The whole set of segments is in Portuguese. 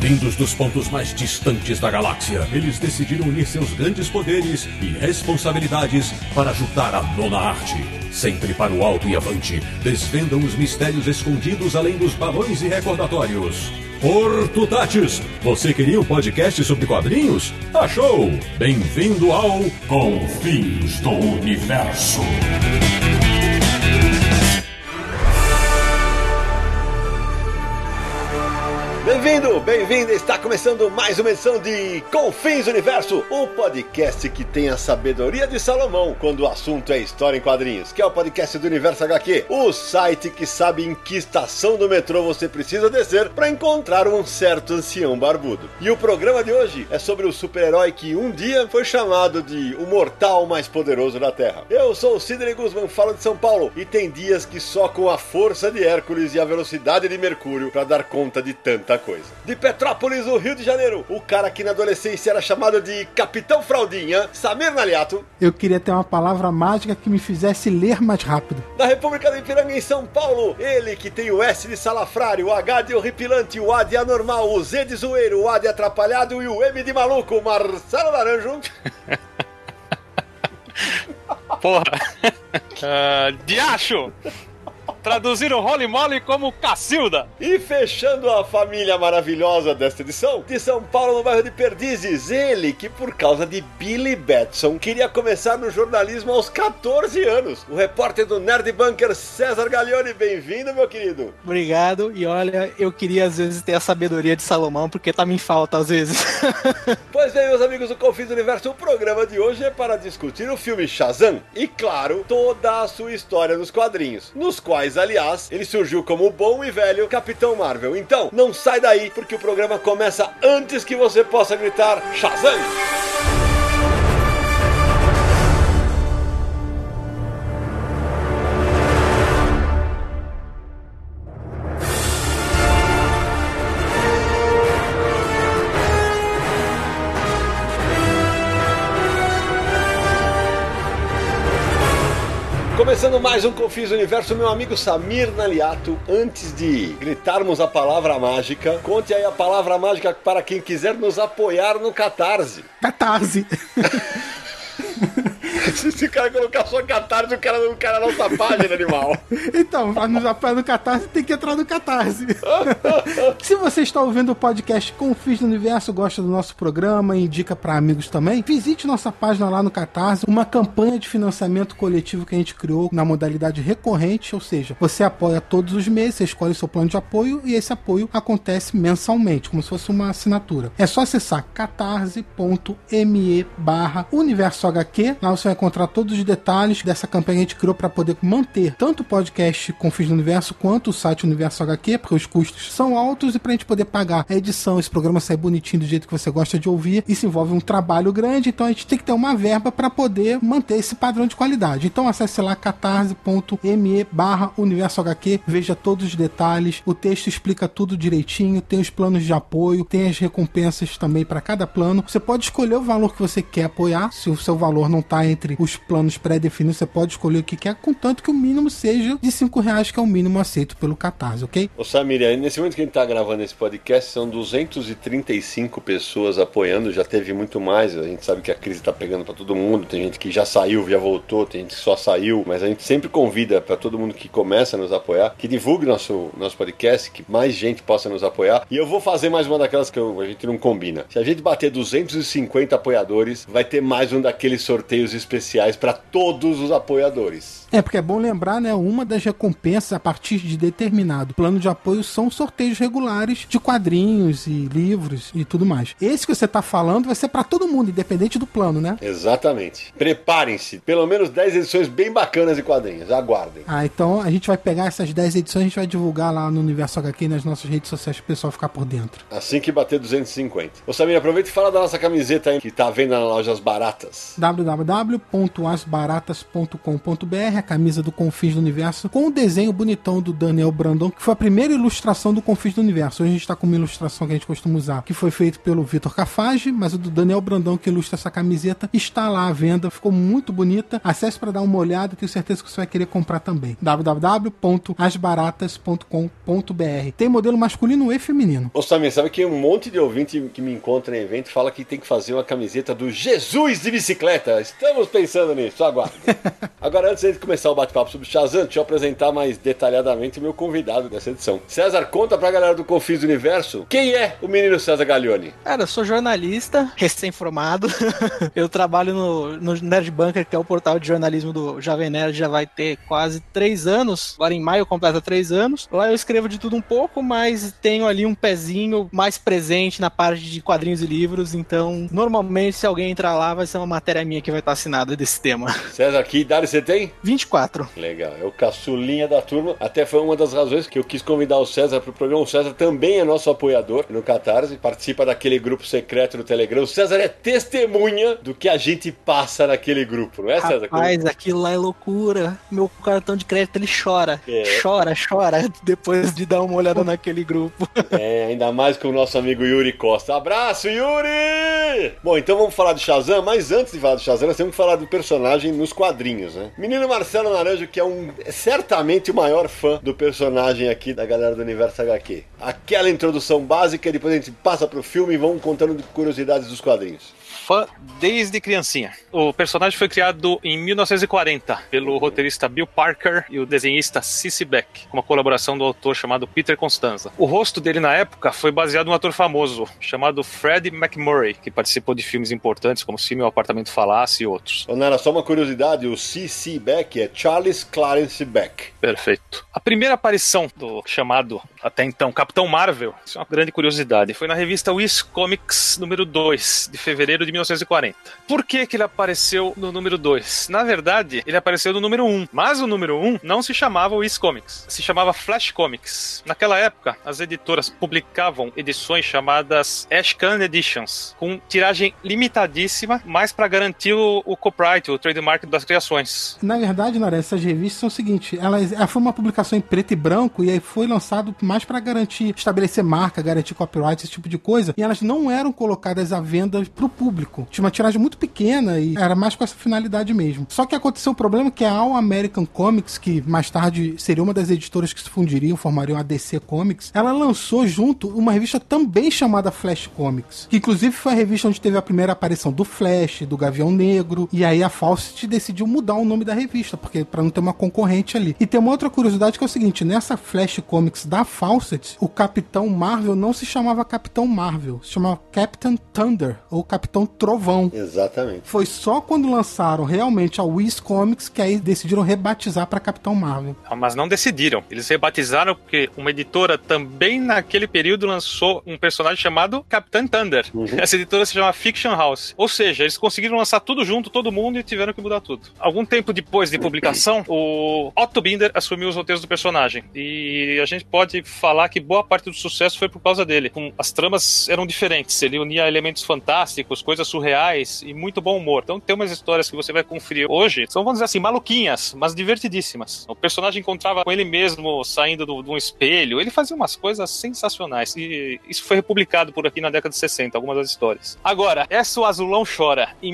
Vindos dos pontos mais distantes da galáxia, eles decidiram unir seus grandes poderes e responsabilidades para ajudar a nona arte. Sempre para o alto e avante, desvendam os mistérios escondidos além dos balões e recordatórios. Ortutatis, você queria um podcast sobre quadrinhos? Achou! Bem-vindo ao Confins do Universo. Bem-vindo, bem-vinda! Está começando mais uma edição de Confins do Universo, o podcast que tem a sabedoria de Salomão quando o assunto é história em quadrinhos, que é o podcast do Universo HQ, o site que sabe em que estação do metrô você precisa descer para encontrar um certo ancião barbudo. E o programa de hoje é sobre o super-herói que um dia foi chamado de o mortal mais poderoso da Terra. Eu sou o Sidney Guzman, falo de São Paulo, e tem dias que só com a força de Hércules e a velocidade de Mercúrio para dar conta de tanta coisa. De Petrópolis, no Rio de Janeiro, o cara que na adolescência era chamado de Capitão Fraldinha, Samir Naliato. Eu queria ter uma palavra mágica que me fizesse ler mais rápido. Da República do Ipiranga, em São Paulo, ele que tem o S de salafrário, o H de horripilante, o A de anormal, o Z de zoeiro, o A de atrapalhado e o M de maluco, Marcelo Naranjo. Porra! Diacho! Traduziram Holy Moly como Cacilda. E fechando a família maravilhosa desta edição, de São Paulo, no bairro de Perdizes, ele que por causa de Billy Batson queria começar no jornalismo aos 14 anos. O repórter do Nerd Bunker, César Gaglione. Bem-vindo, meu querido. Obrigado, e olha, eu queria às vezes ter a sabedoria de Salomão, porque tá me falta às vezes. Pois bem, meus amigos do Confins do Universo, o programa de hoje é para discutir o filme Shazam e, claro, toda a sua história nos quadrinhos, nos quais, aliás, ele surgiu como o bom e velho Capitão Marvel. Então, não sai daí, porque o programa começa antes que você possa gritar Shazam! Começando mais um Confins do Universo, meu amigo Samir Naliato. Antes de gritarmos a palavra mágica, conte aí a palavra mágica para quem quiser nos apoiar no Catarse. Catarse! Se o cara colocar só Catarse, o cara não cai na nossa página, animal. Então, pra nos apoiar no Catarse, tem que entrar no Catarse. Se você está ouvindo o podcast Confins do Universo, gosta do nosso programa e indica para amigos também, visite nossa página lá no Catarse, uma campanha de financiamento coletivo que a gente criou na modalidade recorrente, ou seja, você apoia todos os meses, você escolhe seu plano de apoio e esse apoio acontece mensalmente, como se fosse uma assinatura. É só acessar catarse.me/universohq, lá você vai encontrar todos os detalhes dessa campanha que a gente criou para poder manter tanto o podcast Confins do Universo quanto o site Universo HQ, porque os custos são altos, e pra gente poder pagar a edição, esse programa sair bonitinho do jeito que você gosta de ouvir, isso envolve um trabalho grande, então a gente tem que ter uma verba para poder manter esse padrão de qualidade. Então acesse lá catarse.me/Universo HQ, veja todos os detalhes, o texto explica tudo direitinho, tem os planos de apoio, tem as recompensas também para cada plano. Você pode escolher o valor que você quer apoiar, se o seu valor não está entre os planos pré-definidos, você pode escolher o que quer, contanto que o mínimo seja de R$5, que é o mínimo aceito pelo Catarse, ok? Ô Samir, nesse momento que a gente tá gravando esse podcast, são 235 pessoas apoiando, já teve muito mais, a gente sabe que a crise tá pegando pra todo mundo, tem gente que já saiu, já voltou, tem gente que só saiu, mas a gente sempre convida pra todo mundo que começa a nos apoiar, que divulgue nosso podcast, que mais gente possa nos apoiar, e eu vou fazer mais uma daquelas que a gente não combina. Se a gente bater 250 apoiadores, vai ter mais um daqueles sorteios especiais para todos os apoiadores. É, porque é bom lembrar, né, uma das recompensas a partir de determinado plano de apoio são sorteios regulares de quadrinhos e livros e tudo mais. Esse que você tá falando vai ser para todo mundo, independente do plano, né? Exatamente. Preparem-se, pelo menos 10 edições bem bacanas de quadrinhos, aguardem. Ah, então a gente vai pegar essas 10 edições, a gente vai divulgar lá no Universo HQ e nas nossas redes sociais para o pessoal ficar por dentro. Assim que bater 250. Ô Samir, aproveita e fala da nossa camiseta aí, que tá à venda nas lojas baratas. www www.asbaratas.com.br, a camisa do Confins do Universo, com o desenho bonitão do Daniel Brandão, que foi a primeira ilustração do Confins do Universo. Hoje a gente está com uma ilustração que a gente costuma usar, que foi feito pelo Vitor Cafage, mas o do Daniel Brandão, que ilustra essa camiseta, está lá à venda, ficou muito bonita. Acesse para dar uma olhada, tenho certeza que você vai querer comprar também. www.asbaratas.com.br. Tem modelo masculino e feminino. Ô Samir, sabe que um monte de ouvinte que me encontra em evento fala que tem que fazer uma camiseta do Jesus de bicicleta. Estamos pensando nisso, aguarde. Agora, antes de começar o bate-papo sobre Shazam, deixa eu apresentar mais detalhadamente o meu convidado dessa edição. César, conta pra galera do Confins do Universo quem é o menino César Gaglione. Cara, eu sou jornalista, recém-formado. Eu trabalho no Nerd Bunker, que é o portal de jornalismo do Jovem Nerd, já vai ter quase 3 anos. Agora em maio completa 3 anos. Lá eu escrevo de tudo um pouco, mas tenho ali um pezinho mais presente na parte de quadrinhos e livros, então normalmente se alguém entrar lá vai ser uma matéria minha que vai estar assinada desse tema. César, que idade você tem? 24. Legal, é o caçulinha da turma. Até foi uma das razões que eu quis convidar o César pro programa. O César também é nosso apoiador no Catarse, participa daquele grupo secreto no Telegram. O César é testemunha do que a gente passa naquele grupo, não é, César? Rapaz, aquilo lá é loucura. Meu cartão de crédito, ele chora. Chora depois de dar uma olhada naquele grupo. Ainda mais com o nosso amigo Yuri Costa. Abraço, Yuri! Bom, então vamos falar de Shazam, mas antes de falar de Shazam, nós temos que falar do personagem nos quadrinhos, né? Menino Marcelo Naranjo, que é certamente o maior fã do personagem aqui da galera do Universo HQ. Aquela introdução básica, depois a gente passa pro filme e vamos contando curiosidades dos quadrinhos. Fã desde criancinha. O personagem foi criado em 1940 pelo roteirista Bill Parker e o desenhista Cissy Beck, com uma colaboração do autor chamado Peter Constanza. O rosto dele na época foi baseado em um ator famoso chamado Freddie McMurray, que participou de filmes importantes como Se Meu Apartamento Falasse e outros. Ô Nara, só uma curiosidade, o Cissy Beck é Charles Clarence Beck. Perfeito. A primeira aparição do chamado, até então, Capitão Marvel, isso é uma grande curiosidade, foi na revista Whiz Comics número 2, de fevereiro de 1940. Por que ele apareceu no número 2? Na verdade, ele apareceu no número 1, mas o número 1 não se chamava Whiz Comics, se chamava Flash Comics. Naquela época, as editoras publicavam edições chamadas Ashcan Editions, com tiragem limitadíssima, mas para garantir o copyright, o trademark das criações. Na verdade, Nara, essas revistas são o seguinte, ela foi uma publicação em preto e branco e aí foi lançado mais para garantir, estabelecer marca, garantir copyright, esse tipo de coisa, e elas não eram colocadas à venda pro público. Tinha uma tiragem muito pequena e era mais com essa finalidade mesmo. Só que aconteceu um problema que a All American Comics, que mais tarde seria uma das editoras que se fundiriam, formariam a DC Comics, ela lançou junto uma revista também chamada Flash Comics, que inclusive foi a revista onde teve a primeira aparição do Flash, do Gavião Negro, e aí a Fawcett decidiu mudar o nome da revista, porque para não ter uma concorrente ali. E tem uma outra curiosidade que é o seguinte, nessa Flash Comics da Fawcett, o Capitão Marvel não se chamava Capitão Marvel, se chamava Captain Thunder, ou Capitão Trovão. Exatamente. Foi só quando lançaram realmente a Whiz Comics que aí decidiram rebatizar para Capitão Marvel. Mas não decidiram. Eles rebatizaram porque uma editora também naquele período lançou um personagem chamado Capitão Thunder. Essa editora se chama Fiction House. Ou seja, eles conseguiram lançar tudo junto, todo mundo, e tiveram que mudar tudo. Algum tempo depois de publicação, o Otto Binder assumiu os roteiros do personagem. E a gente pode falar que boa parte do sucesso foi por causa dele. As tramas eram diferentes. Ele unia elementos fantásticos, coisas surreais e muito bom humor. Então tem umas histórias que você vai conferir hoje, são, vamos dizer assim, maluquinhas, mas divertidíssimas. O personagem encontrava com ele mesmo saindo de um espelho, ele fazia umas coisas sensacionais, e isso foi republicado por aqui na década de 60, algumas das histórias. Agora, essa o Azulão Chora. Em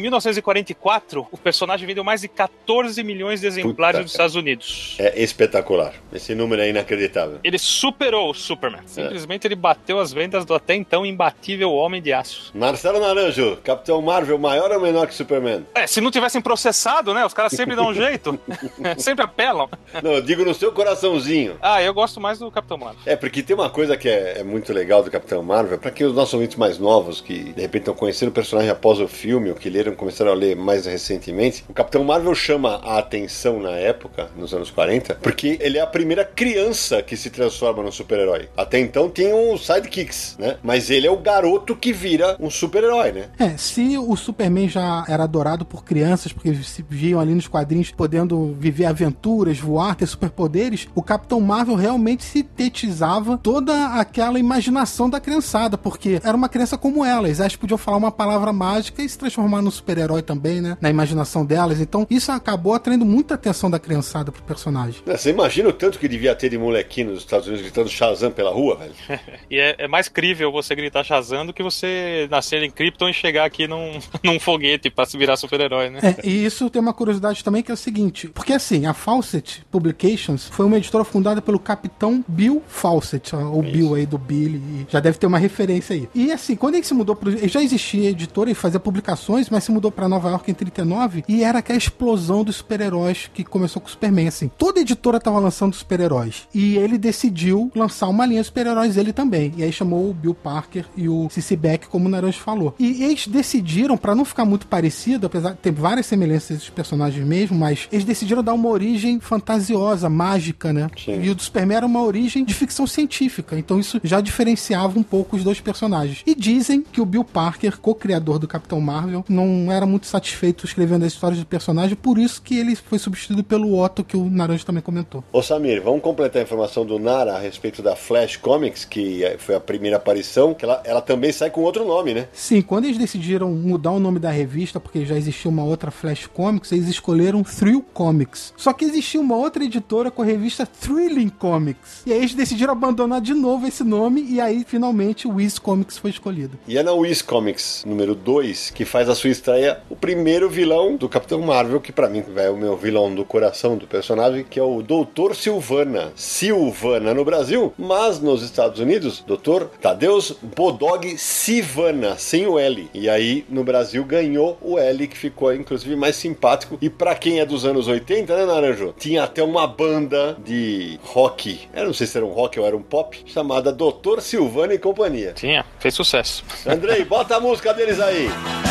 1944, o personagem vendeu mais de 14 milhões de exemplares nos Estados Unidos. É espetacular. Esse número é inacreditável. Ele superou o Superman. Simplesmente ele bateu as vendas do até então imbatível Homem de Aço. Marcelo Naranjo, Capitão Marvel, maior ou menor que Superman? Se não tivessem processado, né? Os caras sempre dão um jeito. Sempre apelam. Não, eu digo no seu coraçãozinho. Eu gosto mais do Capitão Marvel. Porque tem uma coisa que é muito legal do Capitão Marvel, pra que os nossos ouvintes mais novos, que de repente estão conhecendo o personagem após o filme, ou que leram, começaram a ler mais recentemente, o Capitão Marvel chama a atenção na época, nos anos 40, porque ele é a primeira criança que se transforma num super-herói. Até então tinham os sidekicks, né? Mas ele é o garoto que vira um super-herói, né? se o Superman já era adorado por crianças, porque se viam ali nos quadrinhos podendo viver aventuras, voar, ter superpoderes, o Capitão Marvel realmente sintetizava toda aquela imaginação da criançada, porque era uma criança como elas. Elas podiam falar uma palavra mágica e se transformar num super-herói também, né? Na imaginação delas. Então, isso acabou atraindo muita atenção da criançada pro personagem. Você imagina o tanto que devia ter de molequinho nos Estados Unidos gritando Shazam pela rua, velho? E é mais crível você gritar Shazam do que você nascer em Krypton e chegar aqui num foguete pra se virar super-herói, né? E isso tem uma curiosidade também, que é o seguinte, porque assim, a Fawcett Publications foi uma editora fundada pelo Capitão Bill Fawcett, o Bill aí do Billy, já deve ter uma referência aí. E assim, quando ele se mudou ele já existia editora e fazia publicações, mas se mudou pra Nova York em 39 e era aquela explosão dos super-heróis que começou com o Superman, assim. Toda editora tava lançando super-heróis e ele decidiu lançar uma linha de super-heróis ele também. E aí chamou o Bill Parker e o C.C. Beck, como o Naranjo falou. E eles decidiram, pra não ficar muito parecido, apesar de ter várias semelhanças dos personagens mesmo, mas eles decidiram dar uma origem fantasiosa, mágica, né? Sim. E o do Superman era uma origem de ficção científica. Então isso já diferenciava um pouco os dois personagens. E dizem que o Bill Parker, co-criador do Capitão Marvel, não era muito satisfeito escrevendo as histórias do personagem, por isso que ele foi substituído pelo Otto, que o Naranjo também comentou. Ô Samir, vamos completar a informação do Nara a respeito da Flash Comics, que foi a primeira aparição, que ela também sai com outro nome, né? Sim, quando eles decidiram mudar o nome da revista, porque já existia uma outra Flash Comics, eles escolheram Thrill Comics. Só que existia uma outra editora com a revista Thrilling Comics. E aí eles decidiram abandonar de novo esse nome, e aí finalmente o Wiz Comics foi escolhido. E é na Wiz Comics número 2 que faz a sua estreia o primeiro vilão do Capitão Marvel, que pra mim é o meu vilão do coração do personagem, que é o Dr. Sivana. Sivana no Brasil, mas nos Estados Unidos, Dr. Tadeusz Bodog Sivana, sem o L. E aí no Brasil ganhou o L, que ficou inclusive mais simpático. E pra quem é dos anos 80, né, Naranjo? Tinha até uma banda de rock, eu não sei se era um rock ou era um pop, chamada Dr. Sivana e Companhia. Tinha, fez sucesso. Andrei, bota a música deles aí.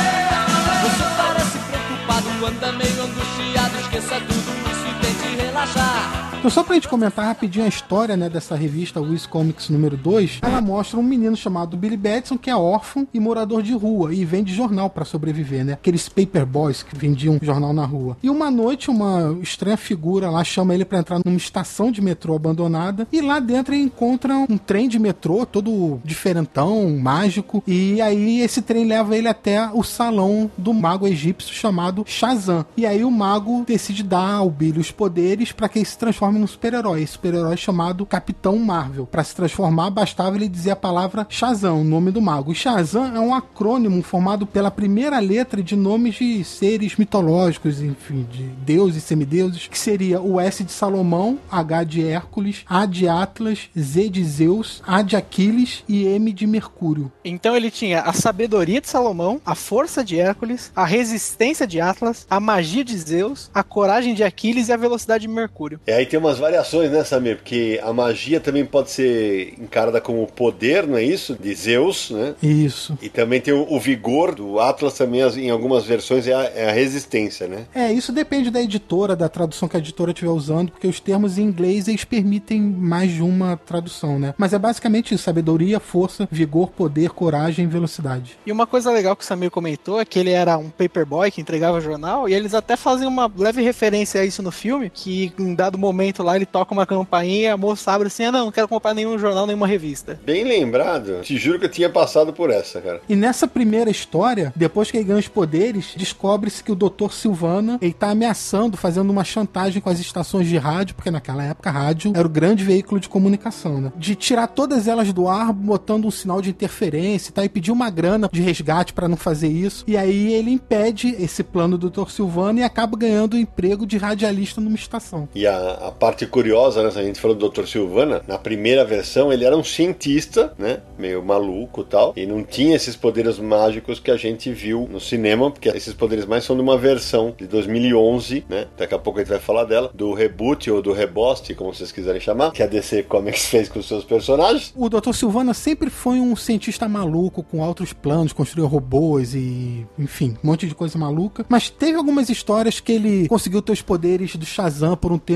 Você parece preocupado, anda meio angustiado, esqueça tudo isso e tente relaxar. Então, só pra gente comentar rapidinho a história, né, dessa revista Wiz Comics número 2, ela mostra um menino chamado Billy Batson, que é órfão e morador de rua, e vende jornal pra sobreviver, né? Aqueles paper boys que vendiam jornal na rua. E uma noite, uma estranha figura lá chama ele pra entrar numa estação de metrô abandonada, e lá dentro ele encontra um trem de metrô, todo diferentão, mágico, e aí esse trem leva ele até o salão do mago egípcio chamado Shazam. E aí o mago decide dar ao Billy os poderes pra que ele se transforme num super-herói. Esse super-herói chamado Capitão Marvel. Para se transformar, bastava ele dizer a palavra Shazam, o nome do mago. E Shazam é um acrônimo formado pela primeira letra de nomes de seres mitológicos, enfim, de deuses e semideuses, que seria o S de Salomão, H de Hércules, A de Atlas, Z de Zeus, A de Aquiles e M de Mercúrio. Então ele tinha a sabedoria de Salomão, a força de Hércules, a resistência de Atlas, a magia de Zeus, a coragem de Aquiles e a velocidade de Mercúrio. Aí tem umas variações, né, Samir? Porque a magia também pode ser encarada como poder, não é isso? De Zeus, né? Isso. E também tem o vigor do Atlas também, em algumas versões, é a resistência, né? Isso depende da editora, da tradução que a editora estiver usando, porque os termos em inglês, eles permitem mais de uma tradução, né? Mas é basicamente isso: sabedoria, força, vigor, poder, coragem e velocidade. E uma coisa legal que o Samir comentou é que ele era um paperboy que entregava jornal, e eles até fazem uma leve referência a isso no filme, que em dado momento lá ele toca uma campainha e a moça abre assim: não quero comprar nenhum jornal, nenhuma revista. Bem lembrado, te juro que eu tinha passado por essa, cara. E nessa primeira história, depois que ele ganha os poderes, descobre-se que o Dr. Sivana, ele tá ameaçando, fazendo uma chantagem com as estações de rádio, porque naquela época a rádio era o grande veículo de comunicação, né? De tirar todas elas do ar, botando um sinal de interferência e tal, e pedir uma grana de resgate pra não fazer isso. E aí ele impede esse plano do Dr. Sivana e acaba ganhando o emprego de radialista numa estação. E a parte curiosa, né, a gente falou do Dr. Sivana, na primeira versão ele era um cientista, né, meio maluco e tal, e não tinha esses poderes mágicos que a gente viu no cinema, porque esses poderes mais são de uma versão de 2011, né, daqui a pouco a gente vai falar dela, do reboot ou do reboot, como vocês quiserem chamar, que a DC Comics fez com os seus personagens. O Dr. Sivana sempre foi um cientista maluco, com altos planos, construiu robôs e, enfim, um monte de coisa maluca, mas teve algumas histórias que ele conseguiu ter os poderes do Shazam por um tempo, quando o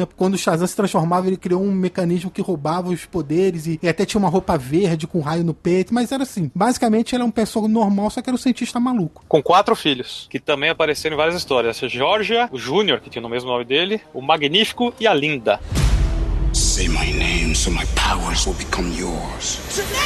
Shazam se transformava, ele criou um mecanismo que roubava os poderes e até tinha uma roupa verde com raio no peito, mas era assim, basicamente ele é um pessoa normal, só que era um cientista maluco. Com 4 filhos, que também apareceram em várias histórias. A Georgia, o Júnior, que tinha o mesmo nome dele, o Magnífico e a Linda. Say my name so my powers will become yours.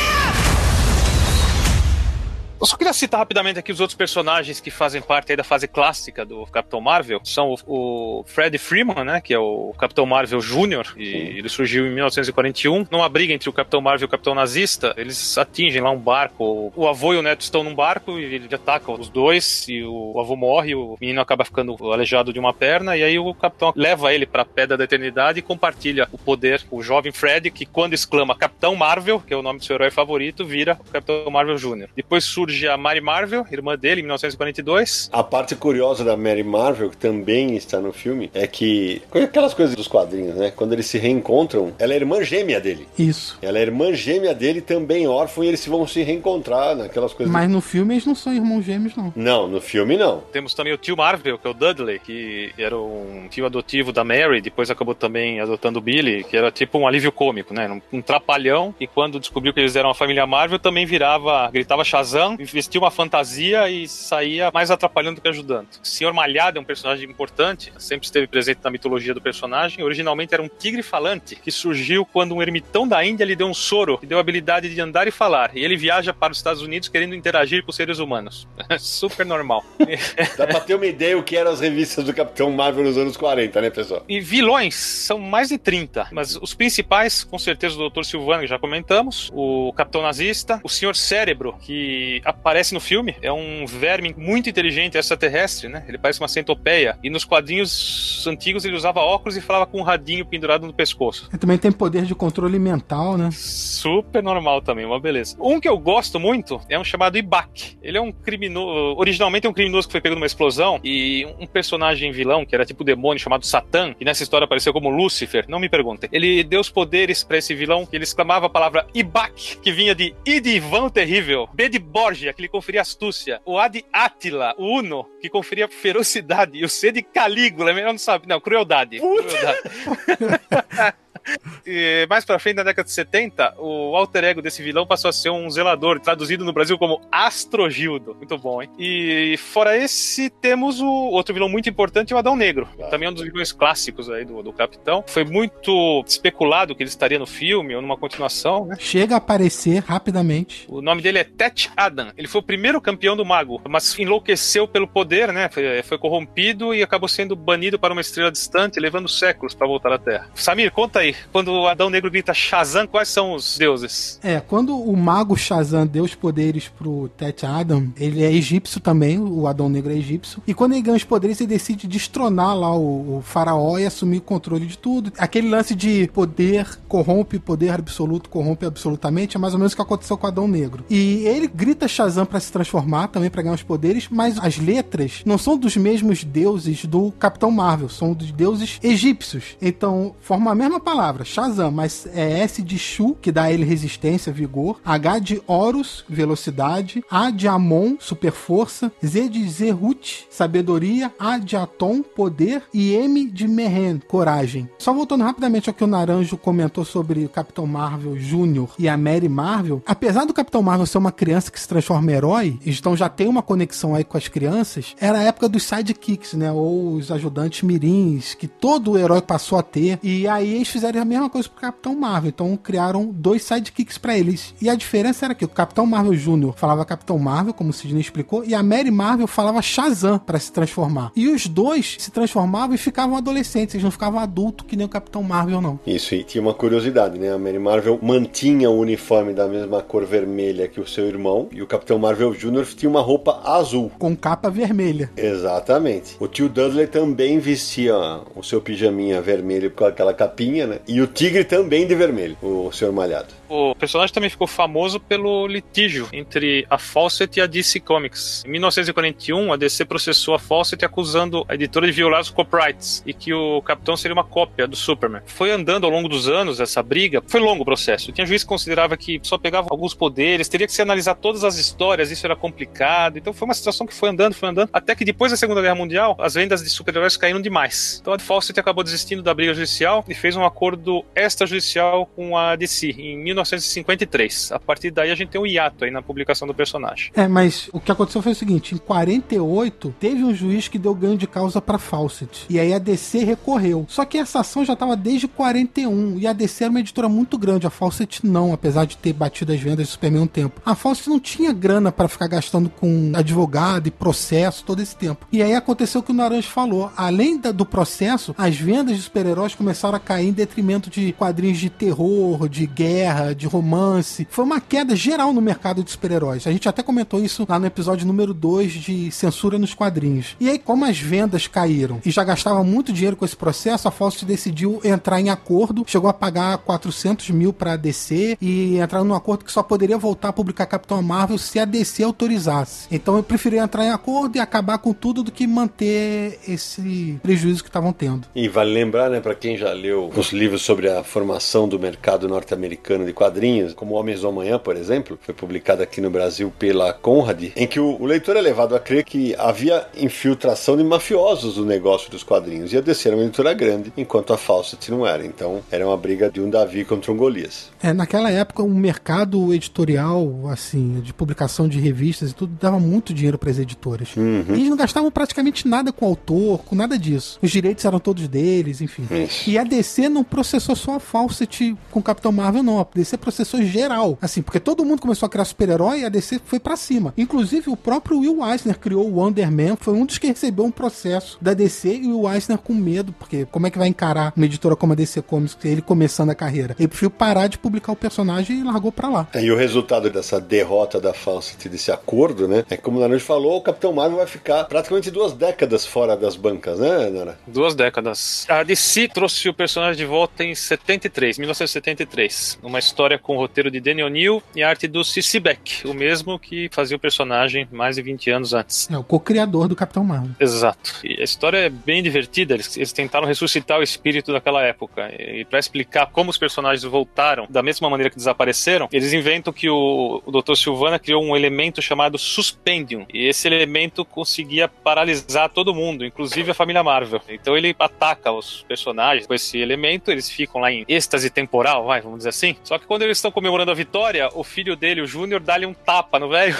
Eu só queria citar rapidamente aqui os outros personagens que fazem parte aí da fase clássica do Capitão Marvel. São o Fred Freeman, né, que é o Capitão Marvel Jr., e ele surgiu em 1941. Numa briga entre o Capitão Marvel e o Capitão Nazista, eles atingem lá um barco. O avô e o neto estão num barco e ele ataca os dois, e o avô morre, o menino acaba ficando aleijado de uma perna, e aí o Capitão leva ele pra Pedra da Eternidade e compartilha o poder. O jovem Fred, que quando exclama Capitão Marvel, que é o nome do seu herói favorito, vira o Capitão Marvel Jr. Depois surge a Mary Marvel, irmã dele, em 1942. A parte curiosa da Mary Marvel, que também está no filme, é que aquelas coisas dos quadrinhos, né? Quando eles se reencontram, ela é irmã gêmea dele. Isso. Ela é irmã gêmea dele, também órfã, e eles vão se reencontrar naquelas coisas. Mas no filme eles não são irmãos gêmeos, não. Não, no filme não. Temos também o tio Marvel, que é o Dudley, que era um tio adotivo da Mary, depois acabou também adotando o Billy, que era tipo um alívio cômico, né? Um trapalhão, e quando descobriu que eles eram a família Marvel, também gritava Shazam, vestia uma fantasia e saía mais atrapalhando do que ajudando. O Sr. Malhado é um personagem importante, sempre esteve presente na mitologia do personagem. Originalmente era um tigre falante, que surgiu quando um ermitão da Índia lhe deu um soro e deu a habilidade de andar e falar, e ele viaja para os Estados Unidos querendo interagir com os seres humanos. Super normal. Dá pra ter uma ideia o que eram as revistas do Capitão Marvel nos anos 40, né, pessoal? E vilões são mais de 30, mas os principais, com certeza, o Dr. Silvano, que já comentamos, o Capitão Nazista, o Sr. Cérebro, que aparece no filme, é um verme muito inteligente extraterrestre, né? Ele parece uma centopeia, e nos quadrinhos antigos ele usava óculos e falava com um radinho pendurado no pescoço. Ele também tem poder de controle mental, né? Super normal também, uma beleza. Um que eu gosto muito é um chamado Ibak. Ele é um criminoso, originalmente é um criminoso que foi pego numa explosão, e um personagem vilão, que era tipo demônio, chamado Satã, que nessa história apareceu como Lúcifer, não me perguntem. Ele deu os poderes pra esse vilão, que ele exclamava a palavra Ibak, que vinha de I de Ivan o Terrível, B de Borgia, que lhe conferia astúcia, o A de Átila, o Uno, que conferia ferocidade, e o C de Calígula, melhor não sabe, não, crueldade. E mais pra frente, na década de 70, o alter ego desse vilão passou a ser um zelador, traduzido no Brasil como Astrogildo. Muito bom, hein? E fora esse, temos o outro vilão muito importante, o Adão Negro. Também um dos vilões clássicos aí do Capitão. Foi muito especulado que ele estaria no filme ou numa continuação, né? Chega a aparecer rapidamente. O nome dele é Tech Adam. Ele foi o primeiro campeão do Mago, mas enlouqueceu pelo poder, né? Foi corrompido e acabou sendo banido para uma estrela distante, levando séculos para voltar à Terra. Samir, conta aí. Quando o Adão Negro grita Shazam, quais são os deuses? Quando o mago Shazam deu os poderes pro Tech Adam, ele é egípcio também, o Adão Negro é egípcio, e quando ele ganha os poderes, ele decide destronar lá o faraó e assumir o controle de tudo. Aquele lance de poder corrompe, poder absoluto corrompe absolutamente, é mais ou menos o que aconteceu com o Adão Negro. E ele grita Shazam pra se transformar, também pra ganhar os poderes, mas as letras não são dos mesmos deuses do Capitão Marvel, são dos deuses egípcios. Então, formam a mesma palavra, Shazam, mas é S de Shu, que dá a ele resistência, vigor, H de Horus, velocidade, A de Amon, super força, Z de Zerut, sabedoria, A de Atom, poder, e M de Mehen, coragem. Só voltando rapidamente ao que o Naranjo comentou sobre o Capitão Marvel Jr. e a Mary Marvel, apesar do Capitão Marvel ser uma criança que se transforma em herói, então já tem uma conexão aí com as crianças, era a época dos sidekicks, né, ou os ajudantes mirins, que todo herói passou a ter, e aí eles fizeram a mesma coisa pro Capitão Marvel, então criaram 2 sidekicks pra eles, e a diferença era que o Capitão Marvel Jr. falava Capitão Marvel, como o Sidney explicou, e a Mary Marvel falava Shazam pra se transformar, e os dois se transformavam e ficavam adolescentes, eles não ficavam adultos que nem o Capitão Marvel, não. Isso, e tinha uma curiosidade, né, a Mary Marvel mantinha o uniforme da mesma cor vermelha que o seu irmão, e o Capitão Marvel Jr. tinha uma roupa azul. Com capa vermelha. Exatamente. O tio Dudley também vestia o seu pijaminha vermelho com aquela capinha, né? E o tigre também de vermelho, o Sr. Malhado. O personagem também ficou famoso pelo litígio entre a Fawcett e a DC Comics. Em 1941, a DC processou a Fawcett acusando a editora de violar os copyrights e que o Capitão seria uma cópia do Superman. Foi andando ao longo dos anos essa briga, foi longo o processo. Tinha juiz que considerava que só pegava alguns poderes, teria que se analisar todas as histórias, isso era complicado. Então foi uma situação que foi andando, até que depois da Segunda Guerra Mundial, as vendas de super-heróis caíram demais. Então a Fawcett acabou desistindo da briga judicial e fez um acordo extrajudicial com a DC em 1953. A partir daí a gente tem um hiato aí na publicação do personagem. Mas o que aconteceu foi o seguinte, em 48 teve um juiz que deu ganho de causa pra Fawcett. E aí a DC recorreu. Só que essa ação já estava desde 41 e a DC era uma editora muito grande, a Fawcett não, apesar de ter batido as vendas de Superman um tempo. A Fawcett não tinha grana pra ficar gastando com advogado e processo todo esse tempo. E aí aconteceu o que o Naranjo falou. Além do processo, as vendas de super-heróis começaram a cair em detrimento de quadrinhos de terror, de guerra, de romance. Foi uma queda geral no mercado de super-heróis. A gente até comentou isso lá no episódio número 2 de censura nos quadrinhos. E aí, como as vendas caíram e já gastava muito dinheiro com esse processo, a Fawcett decidiu entrar em acordo, chegou a pagar 400 mil pra DC e entrar num acordo que só poderia voltar a publicar Capitão Marvel se a DC autorizasse. Então eu preferi entrar em acordo e acabar com tudo do que manter esse prejuízo que estavam tendo. E vale lembrar, né, pra quem já leu os livros sobre a formação do mercado norte-americano de quadrinhos, como Homens do Amanhã, por exemplo, foi publicado aqui no Brasil pela Conrad, em que o leitor é levado a crer que havia infiltração de mafiosos no negócio dos quadrinhos, e a DC era uma editora grande, enquanto a Fawcett não era. Então era uma briga de um Davi contra um Golias. Naquela época o mercado editorial, assim, de publicação de revistas e tudo, dava muito dinheiro para as editoras. E eles não gastavam praticamente nada com o autor, com nada disso. Os direitos eram todos deles, enfim. Isso. E a DC não processou só a Fawcett com Capitão Marvel, não. A DC processou geral. Assim, porque todo mundo começou a criar super-herói e a DC foi pra cima. Inclusive, o próprio Will Eisner criou o Wonder Man, foi um dos que recebeu um processo da DC e o Will Eisner com medo, porque como é que vai encarar uma editora como a DC Comics, ele começando a carreira? Ele preferiu parar de publicar o personagem e largou pra lá. E o resultado dessa derrota da Fawcett, desse acordo, né, é como o Naranjo falou, o Capitão Marvel vai ficar praticamente 2 décadas fora das bancas, né, Nara? 2 décadas. A DC trouxe o personagem de volta em 1973, uma história com o roteiro de Danny O'Neill e a arte do C.C. Beck, o mesmo que fazia o personagem mais de 20 anos antes. É o co-criador do Capitão Marvel. Exato. E a história é bem divertida, eles tentaram ressuscitar o espírito daquela época. E pra explicar como os personagens voltaram da mesma maneira que desapareceram, eles inventam que o Dr. Sylvana criou um elemento chamado Suspendium, e esse elemento conseguia paralisar todo mundo, inclusive a família Marvel. Então ele ataca os personagens com esse elemento, eles ficam lá em êxtase temporal, vamos dizer assim. Só que quando eles estão comemorando a vitória, o filho dele, o Júnior, dá-lhe um tapa no velho.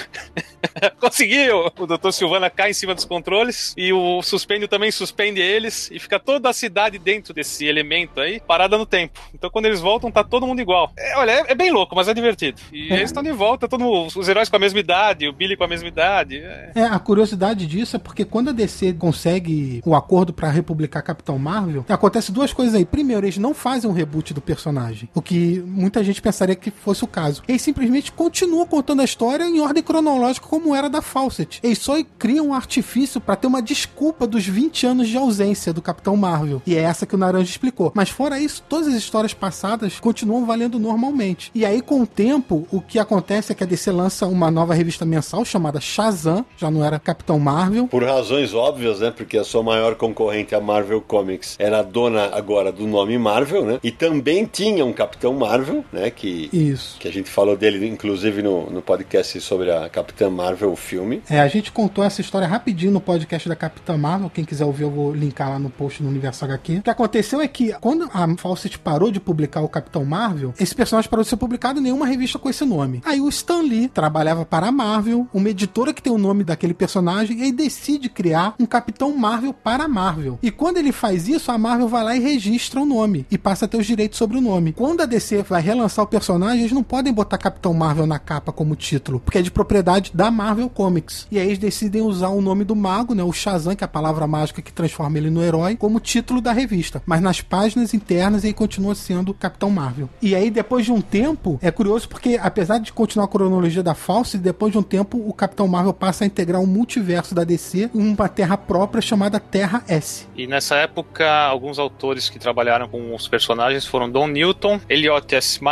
Conseguiu! O Dr. Sylvana cai em cima dos controles e o Suspendium também suspende eles e fica toda a cidade dentro desse elemento aí, parada no tempo. Então quando eles voltam, tá todo mundo igual. Olha, é bem louco, mas é divertido. E eles estão de volta, os heróis com a mesma idade, o Billy com a mesma idade. A curiosidade disso é porque quando a DC consegue o acordo pra republicar Capitão Marvel, acontece 2 coisas aí. Primeiro, eles não fazem um reboot do personagem, o que muita gente pensaria que fosse o caso. Eles simplesmente continuam contando a história em ordem cronológica como era da Fawcett. Eles só criam um artifício pra ter uma desculpa dos 20 anos de ausência do Capitão Marvel. E é essa que o Naranjo explicou. Mas fora isso, todas as histórias passadas continuam valendo normalmente. E aí, com o tempo, o que acontece é que a DC lança uma nova revista mensal chamada Shazam, já não era Capitão Marvel. Por razões óbvias, né? Porque a sua maior concorrente, a Marvel Comics, era dona agora do nome Marvel, né? E também tinha um Capitão Marvel, né? Que a gente falou dele, inclusive, no podcast sobre a Capitã Marvel, o filme. A gente contou essa história rapidinho no podcast da Capitã Marvel. Quem quiser ouvir, eu vou linkar lá no post no Universo HQ. O que aconteceu é que, quando a Fawcett parou de publicar o Capitão Marvel, esse personagem parou de ser publicado em nenhuma revista com esse nome. Aí o Stan Lee trabalhava para a Marvel, uma editora que tem o nome daquele personagem, e aí decide criar um Capitão Marvel para a Marvel. E quando ele faz isso, a Marvel vai lá e registra o nome e passa a ter os direitos sobre o nome. Quando a DC vai relançar o personagem, eles não podem botar Capitão Marvel na capa como título, porque é de propriedade da Marvel Comics. E aí eles decidem usar o nome do mago, né, o Shazam, que é a palavra mágica que transforma ele no herói, como título da revista. Mas nas páginas internas ele continua sendo Capitão Marvel. E aí, depois de um tempo, é curioso porque, apesar de continuar a cronologia da Fawcett, depois de um tempo o Capitão Marvel passa a integrar um multiverso da DC em uma terra própria chamada Terra S. E nessa época, alguns autores que trabalharam com os personagens foram Don Newton, Elliot S.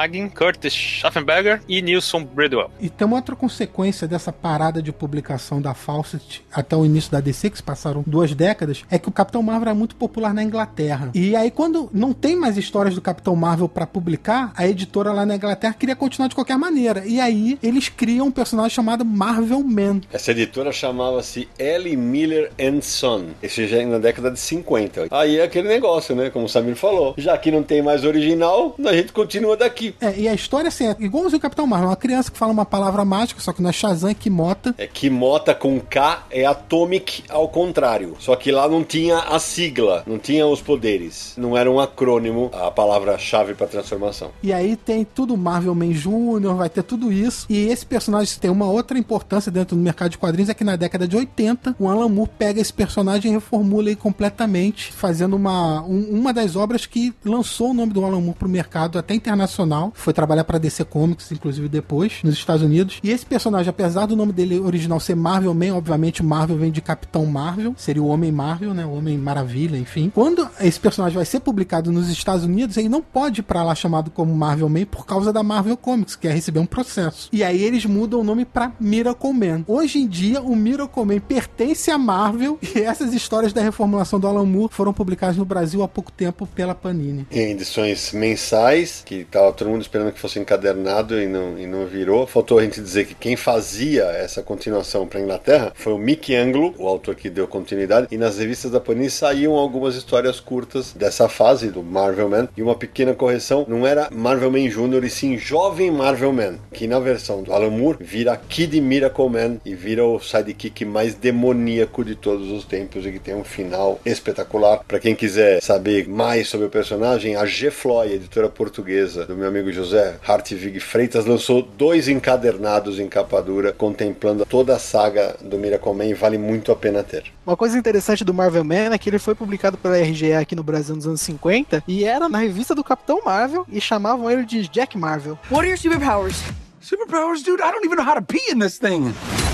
Magin, Curtis Schaffenberger e Nilson Bridwell. E tem uma outra consequência dessa parada de publicação da Fawcett até o início da DC, que se passaram 2 décadas, é que o Capitão Marvel é muito popular na Inglaterra. E aí, quando não tem mais histórias do Capitão Marvel pra publicar, a editora lá na Inglaterra queria continuar de qualquer maneira. E aí, eles criam um personagem chamado Marvel Man. Essa editora chamava-se L. Miller & Son. Isso já na década de 50. Aí é aquele negócio, né? Como o Samir falou. Já que não tem mais original, a gente continua daqui. E a história, assim, é igualzinho o Capitão Marvel. Uma criança que fala uma palavra mágica, só que não é Shazam, é Kimota. É Kimota com K, é Atomic ao contrário. Só que lá não tinha a sigla, não tinha os poderes. Não era um acrônimo, a palavra-chave para transformação. E aí tem tudo Marvel Man Jr., vai ter tudo isso. E esse personagem tem uma outra importância dentro do mercado de quadrinhos, é que na década de 80, o Alan Moore pega esse personagem e reformula ele completamente, fazendo uma das obras que lançou o nome do Alan Moore pro mercado até internacional. Foi trabalhar pra DC Comics, inclusive depois, nos Estados Unidos. E esse personagem, apesar do nome dele original ser Marvel Man, obviamente Marvel vem de Capitão Marvel, seria o Homem Marvel, né? O Homem Maravilha, enfim. Quando esse personagem vai ser publicado nos Estados Unidos, ele não pode ir pra lá chamado como Marvel Man por causa da Marvel Comics, que é receber um processo. E aí eles mudam o nome pra Miracle Man. Hoje em dia, o Miracle Man pertence à Marvel e essas histórias da reformulação do Alan Moore foram publicadas no Brasil há pouco tempo pela Panini. Em edições mensais, que tava todo mundo esperando que fosse encadernado e não virou. Faltou a gente dizer que quem fazia essa continuação pra Inglaterra foi o Mickey Anglo, o autor que deu continuidade, e nas revistas da Panini saíam algumas histórias curtas dessa fase do Marvel Man, e uma pequena correção, não era Marvel Man Jr., e sim Jovem Marvel Man, que na versão do Alan Moore vira Kid Miracle Man e vira o sidekick mais demoníaco de todos os tempos e que tem um final espetacular. Para quem quiser saber mais sobre o personagem, a G-Floy, editora portuguesa do meu amigo José Hartvig Freitas, lançou 2 encadernados em capa dura contemplando toda a saga do Miracle Man e vale muito a pena ter. Uma coisa interessante do Marvel Man é que ele foi publicado pela RGA aqui no Brasil nos anos 50 e era na revista do Capitão Marvel e chamavam ele de Jack Marvel. What are your superpowers? Superpowers, dude? I don't even know how to pee in this thing.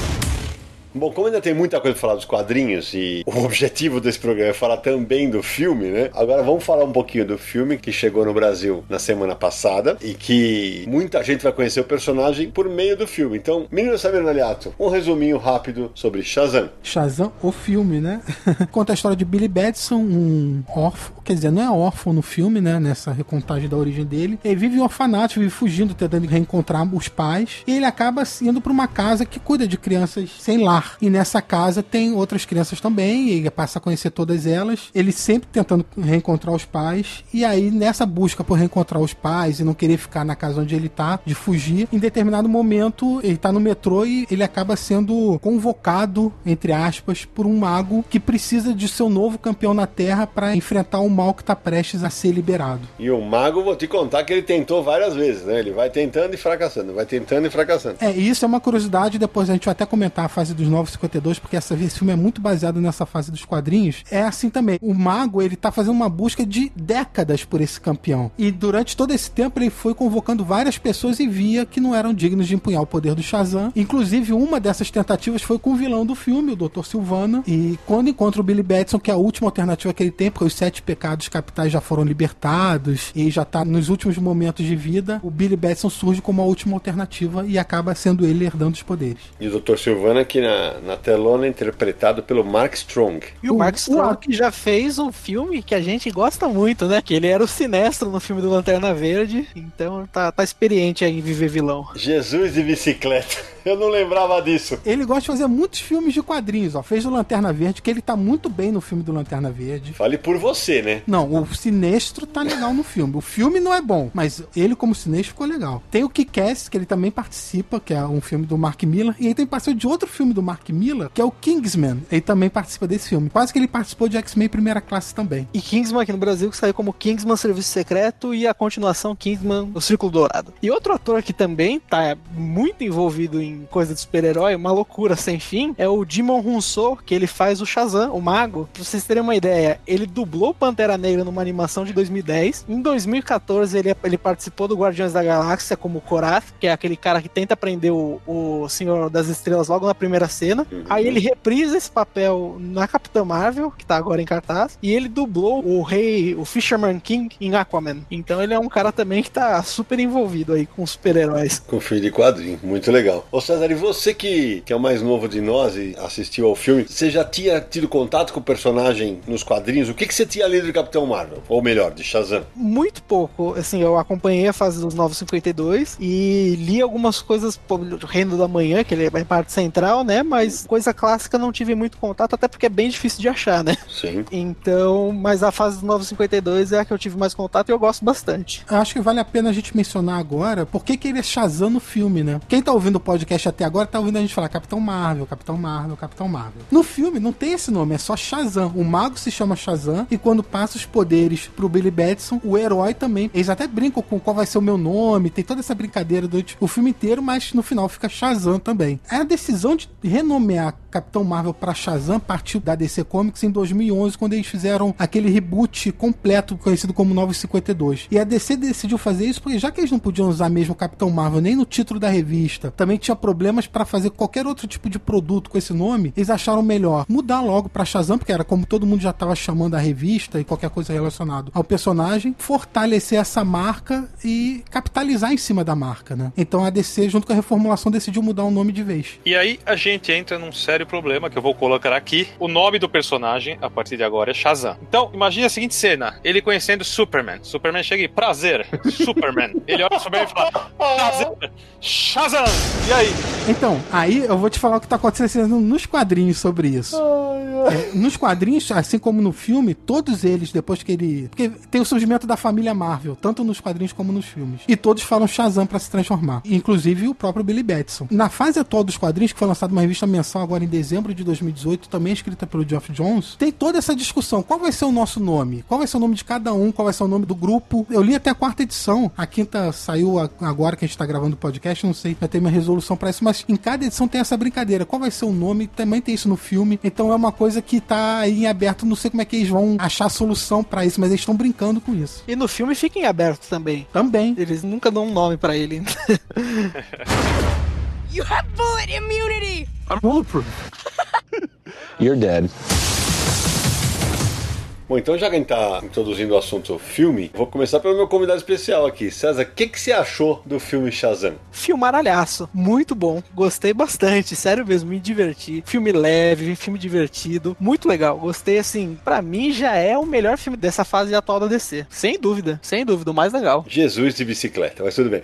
Bom, como ainda tem muita coisa pra falar dos quadrinhos e o objetivo desse programa é falar também do filme, né? Agora vamos falar um pouquinho do filme que chegou no Brasil na semana passada e que muita gente vai conhecer o personagem por meio do filme. Então, menino Samir Naliato, um resuminho rápido sobre Shazam. Shazam, o filme, né? Conta a história de Billy Batson, um órfão, quer dizer, não é órfão no filme, né? Nessa recontagem da origem dele. Ele vive em orfanato, vive fugindo, tentando reencontrar os pais. E ele acaba indo pra uma casa que cuida de crianças sem lar. E nessa casa tem outras crianças também, e ele passa a conhecer todas elas. Ele sempre tentando reencontrar os pais. E aí, nessa busca por reencontrar os pais e não querer ficar na casa onde ele tá, de fugir, em determinado momento, ele tá no metrô e ele acaba sendo convocado, entre aspas, por um mago que precisa de seu novo campeão na Terra para enfrentar o mal que tá prestes a ser liberado. E o mago, vou te contar que ele tentou várias vezes, né? Ele vai tentando e fracassando, vai tentando e fracassando. Isso é uma curiosidade, depois a gente vai até comentar a fase dos 952, porque esse filme é muito baseado nessa fase dos quadrinhos. É assim também, o mago, ele tá fazendo uma busca de décadas por esse campeão, e durante todo esse tempo ele foi convocando várias pessoas e via que não eram dignos de empunhar o poder do Shazam. Inclusive, uma dessas tentativas foi com o vilão do filme, o Dr. Sivana, e quando encontra o Billy Batson, que é a última alternativa que ele tem, porque os 7 pecados capitais já foram libertados e já tá nos últimos momentos de vida, o Billy Batson surge como a última alternativa e acaba sendo ele herdando os poderes. E o Dr. Sivana, que na telona, interpretado pelo Mark Strong. E o Mark Strong que já fez um filme que a gente gosta muito, né? Que ele era o Sinestro no filme do Lanterna Verde, então tá experiente aí em viver vilão. Jesus de bicicleta. Eu não lembrava disso. Ele gosta de fazer muitos filmes de quadrinhos, ó. Fez o Lanterna Verde, que ele tá muito bem no filme do Lanterna Verde. Fale por você, né? Não, o Sinestro tá legal no filme. O filme não é bom, mas ele como Sinestro ficou legal. Tem o Kick-Ass, que ele também participa, que é um filme do Mark Millar, e ele tem participado de outro filme do Mark Millar, que é o Kingsman. Ele também participa desse filme. Quase que ele participou de X-Men Primeira Classe também. E Kingsman aqui no Brasil, que saiu como Kingsman Serviço Secreto, e a continuação Kingsman O Círculo Dourado. E outro ator que também tá muito envolvido em em coisa de super-herói, uma loucura sem fim, é o Djimon Hounsou, que ele faz o Shazam, o mago. Pra vocês terem uma ideia, ele dublou Pantera Negra numa animação de 2010. Em 2014, ele participou do Guardiões da Galáxia como Korath, que é aquele cara que tenta prender o Senhor das Estrelas logo na primeira cena. Aí ele reprisa esse papel na Capitã Marvel, que tá agora em cartaz, e ele dublou o Fisherman King em Aquaman. Então ele é um cara também que tá super envolvido aí com super-heróis. Com filme de quadrinho, muito legal. Ô César, e você que é o mais novo de nós e assistiu ao filme, você já tinha tido contato com o personagem nos quadrinhos? O que você tinha lido de Capitão Marvel? Ou melhor, de Shazam? Muito pouco. Assim, eu acompanhei a fase dos Novos 52 e li algumas coisas do Reino da Manhã, que ele é parte central, né? Mas coisa clássica não tive muito contato, até porque é bem difícil de achar, né? Sim. Então, mas a fase dos Novos 52 é a que eu tive mais contato e eu gosto bastante. Eu acho que vale a pena a gente mencionar agora por que ele é Shazam no filme, né? Quem tá ouvindo o podcast até agora tá ouvindo a gente falar Capitão Marvel, Capitão Marvel, Capitão Marvel. No filme não tem esse nome, é só Shazam. O mago se chama Shazam e quando passa os poderes pro Billy Batson, o herói também. Eles até brincam com qual vai ser o meu nome, tem toda essa brincadeira durante o filme inteiro, mas no final fica Shazam também. A decisão de renomear Capitão Marvel pra Shazam partiu da DC Comics em 2011, quando eles fizeram aquele reboot completo conhecido como Novos 52. E a DC decidiu fazer isso porque já que eles não podiam usar mesmo Capitão Marvel nem no título da revista, também tinha problemas para fazer qualquer outro tipo de produto com esse nome, eles acharam melhor mudar logo pra Shazam, porque era como todo mundo já estava chamando a revista e qualquer coisa relacionada ao personagem, fortalecer essa marca e capitalizar em cima da marca, né? Então a DC, junto com a reformulação, decidiu mudar o nome de vez. E aí a gente entra num sério problema que eu vou colocar aqui. O nome do personagem, a partir de agora, é Shazam. Então, imagine a seguinte cena. Ele conhecendo Superman. Superman chega e, prazer, Superman. Ele olha pro Superman e fala, prazer, Shazam! E aí? Então, aí eu vou te falar o que tá acontecendo nos quadrinhos sobre isso. Nos quadrinhos, assim como no filme, todos eles, depois que ele... Porque tem o surgimento da família Marvel, tanto nos quadrinhos como nos filmes. E todos falam Shazam pra se transformar. Inclusive o próprio Billy Batson. Na fase atual dos quadrinhos, que foi lançada uma revista mensal agora em dezembro de 2018, também escrita pelo Geoff Johns, tem toda essa discussão. Qual vai ser o nosso nome? Qual vai ser o nome de cada um? Qual vai ser o nome do grupo? Eu li até a 4ª edição. A 5ª saiu agora que a gente tá gravando o podcast, não sei, vai ter uma resolução pra isso, mas em cada edição tem essa brincadeira. Qual vai ser o nome? Também tem isso no filme. Então é uma coisa que tá aí em aberto. Não sei como é que eles vão achar a solução pra isso, mas eles estão brincando com isso. E no filme fica em aberto também. Também. Eles nunca dão um nome pra ele. You have bullet immunity! I'm bulletproof. You're dead. Bom, então já que a gente tá introduzindo o assunto filme, vou começar pelo meu convidado especial aqui. César, o que você achou do filme Shazam? Filmaralhaço, muito bom, gostei bastante, sério mesmo, me diverti. Filme leve, filme divertido, muito legal, gostei assim, pra mim já é o melhor filme dessa fase atual da DC, sem dúvida, o mais legal. Jesus de bicicleta, mas tudo bem.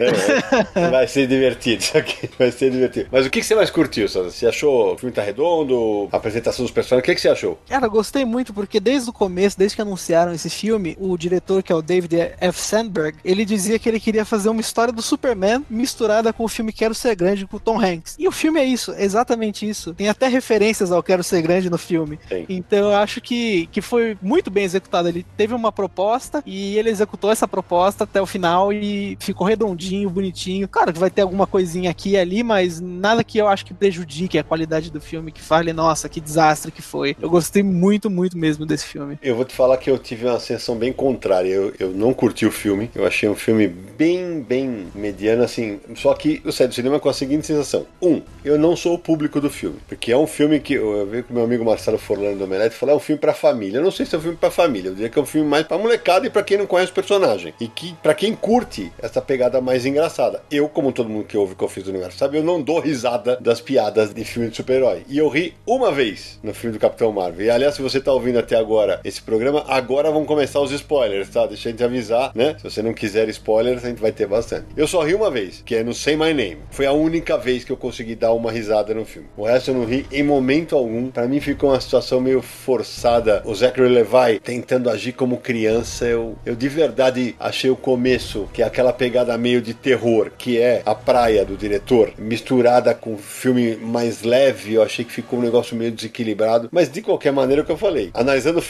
Vai ser divertido isso aqui, vai ser divertido. Mas o que você mais curtiu, César? Você achou o filme tá redondo, a apresentação dos personagens, o que você achou? Cara, gostei muito porque desde o começo, desde que anunciaram esse filme, o diretor, que é o David F. Sandberg, ele dizia que ele queria fazer uma história do Superman misturada com o filme Quero Ser Grande com o Tom Hanks. E o filme é isso, exatamente isso. Tem até referências ao Quero Ser Grande no filme. Sim. Então eu acho que foi muito bem executado. Ele teve uma proposta e ele executou essa proposta até o final e ficou redondinho, bonitinho. Claro que vai ter alguma coisinha aqui e ali, mas nada que eu acho que prejudique a qualidade do filme, que fale, nossa, que desastre que foi. Eu gostei muito, muito mesmo desse filme. Eu vou te falar que eu tive uma sensação bem contrária. Eu não curti o filme. Eu achei um filme bem mediano, assim. Só que eu saí do cinema com a seguinte sensação. Eu não sou o público do filme. Porque é um filme que eu vi com meu amigo Marcelo Forlano do Omelete falou, é um filme pra família. Eu não sei se é um filme pra família. Eu diria que é um filme mais pra molecada e pra quem não conhece o personagem. E que pra quem curte essa pegada mais engraçada. Eu, como todo mundo que ouve Confins do Universo sabe, eu não dou risada das piadas de filme de super-herói. E eu ri uma vez no filme do Capitão Marvel. E aliás, se você tá ouvindo até agora esse programa, agora vão começar os spoilers, tá? Deixa a gente avisar, né? Se você não quiser spoilers, a gente vai ter bastante. Eu só ri uma vez, que é no Say My Name. Foi a única vez que eu consegui dar uma risada no filme. O resto eu não ri em momento algum. Pra mim ficou uma situação meio forçada. O Zachary Levi tentando agir como criança. Eu de verdade achei o começo, que é aquela pegada meio de terror, que é A Praia do diretor, misturada com um filme mais leve. Eu achei que ficou um negócio meio desequilibrado. Mas de qualquer maneira, é o que eu falei. Analisando friamente,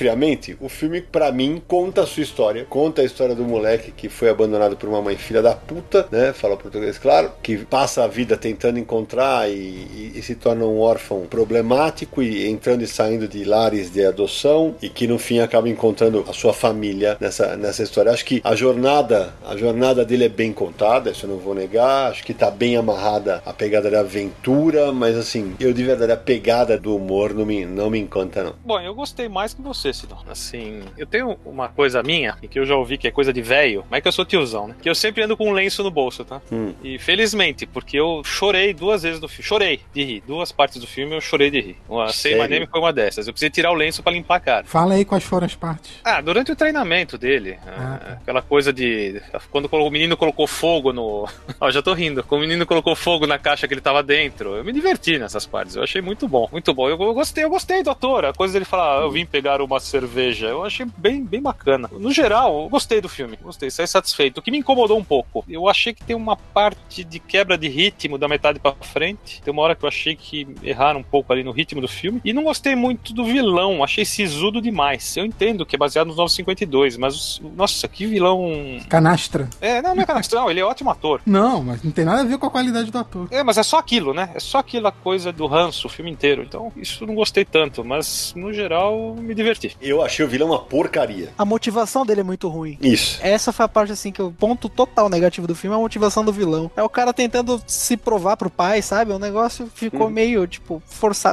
seguinte, o filme, pra mim, conta a sua história. Conta a história do moleque que foi abandonado por uma mãe filha da puta, né? Fala português, claro. Que passa a vida tentando encontrar e se torna um órfão problemático e entrando e saindo de lares de adoção e que no fim acaba encontrando a sua família nessa história. Acho que a jornada dele é bem contada, isso eu não vou negar. Acho que tá bem amarrada a pegada da aventura, mas assim, eu de verdade a pegada do humor não me encanta, não. Bom, eu gostei mais que você, Sidão. Assim, eu tenho uma coisa minha, que eu já ouvi que é coisa de velho, mas que eu sou tiozão, né? Que eu sempre ando com um lenço no bolso, tá? E felizmente, porque eu chorei 2 vezes no filme. Chorei de rir. 2 partes do filme eu chorei de rir. A Say My Name foi uma dessas. Eu precisei tirar o lenço pra limpar a cara. Fala aí quais foram as partes. Durante o treinamento dele. Aquela coisa de... Quando o menino colocou fogo no... já tô rindo. Quando o menino colocou fogo na caixa que ele tava dentro, eu me diverti nessas partes. Eu achei muito bom. Muito bom. Eu gostei do ator. A coisa dele falar, eu vim pegar uma cerveja. Eu achei bem bacana. No geral, eu gostei do filme. Gostei, saí satisfeito. O que me incomodou um pouco, eu achei que tem uma parte de quebra de ritmo da metade pra frente. Tem uma hora que eu achei que erraram um pouco ali no ritmo do filme. E não gostei muito do vilão. Achei sisudo demais. Eu entendo que é baseado nos 952, mas, nossa, que vilão... Canastra. Não é canastra, não. Ele é ótimo ator. Não, mas não tem nada a ver com a qualidade do ator. Mas é só aquilo, né? É só aquela coisa do ranço o filme inteiro. Então, isso eu não gostei tanto, mas, no geral, me diverti. Eu achei o vilão uma porcaria. A motivação dele é muito ruim. Isso. Essa foi a parte, assim, que o ponto total negativo do filme é a motivação do vilão. É o cara tentando se provar pro pai, sabe? O negócio ficou meio, tipo,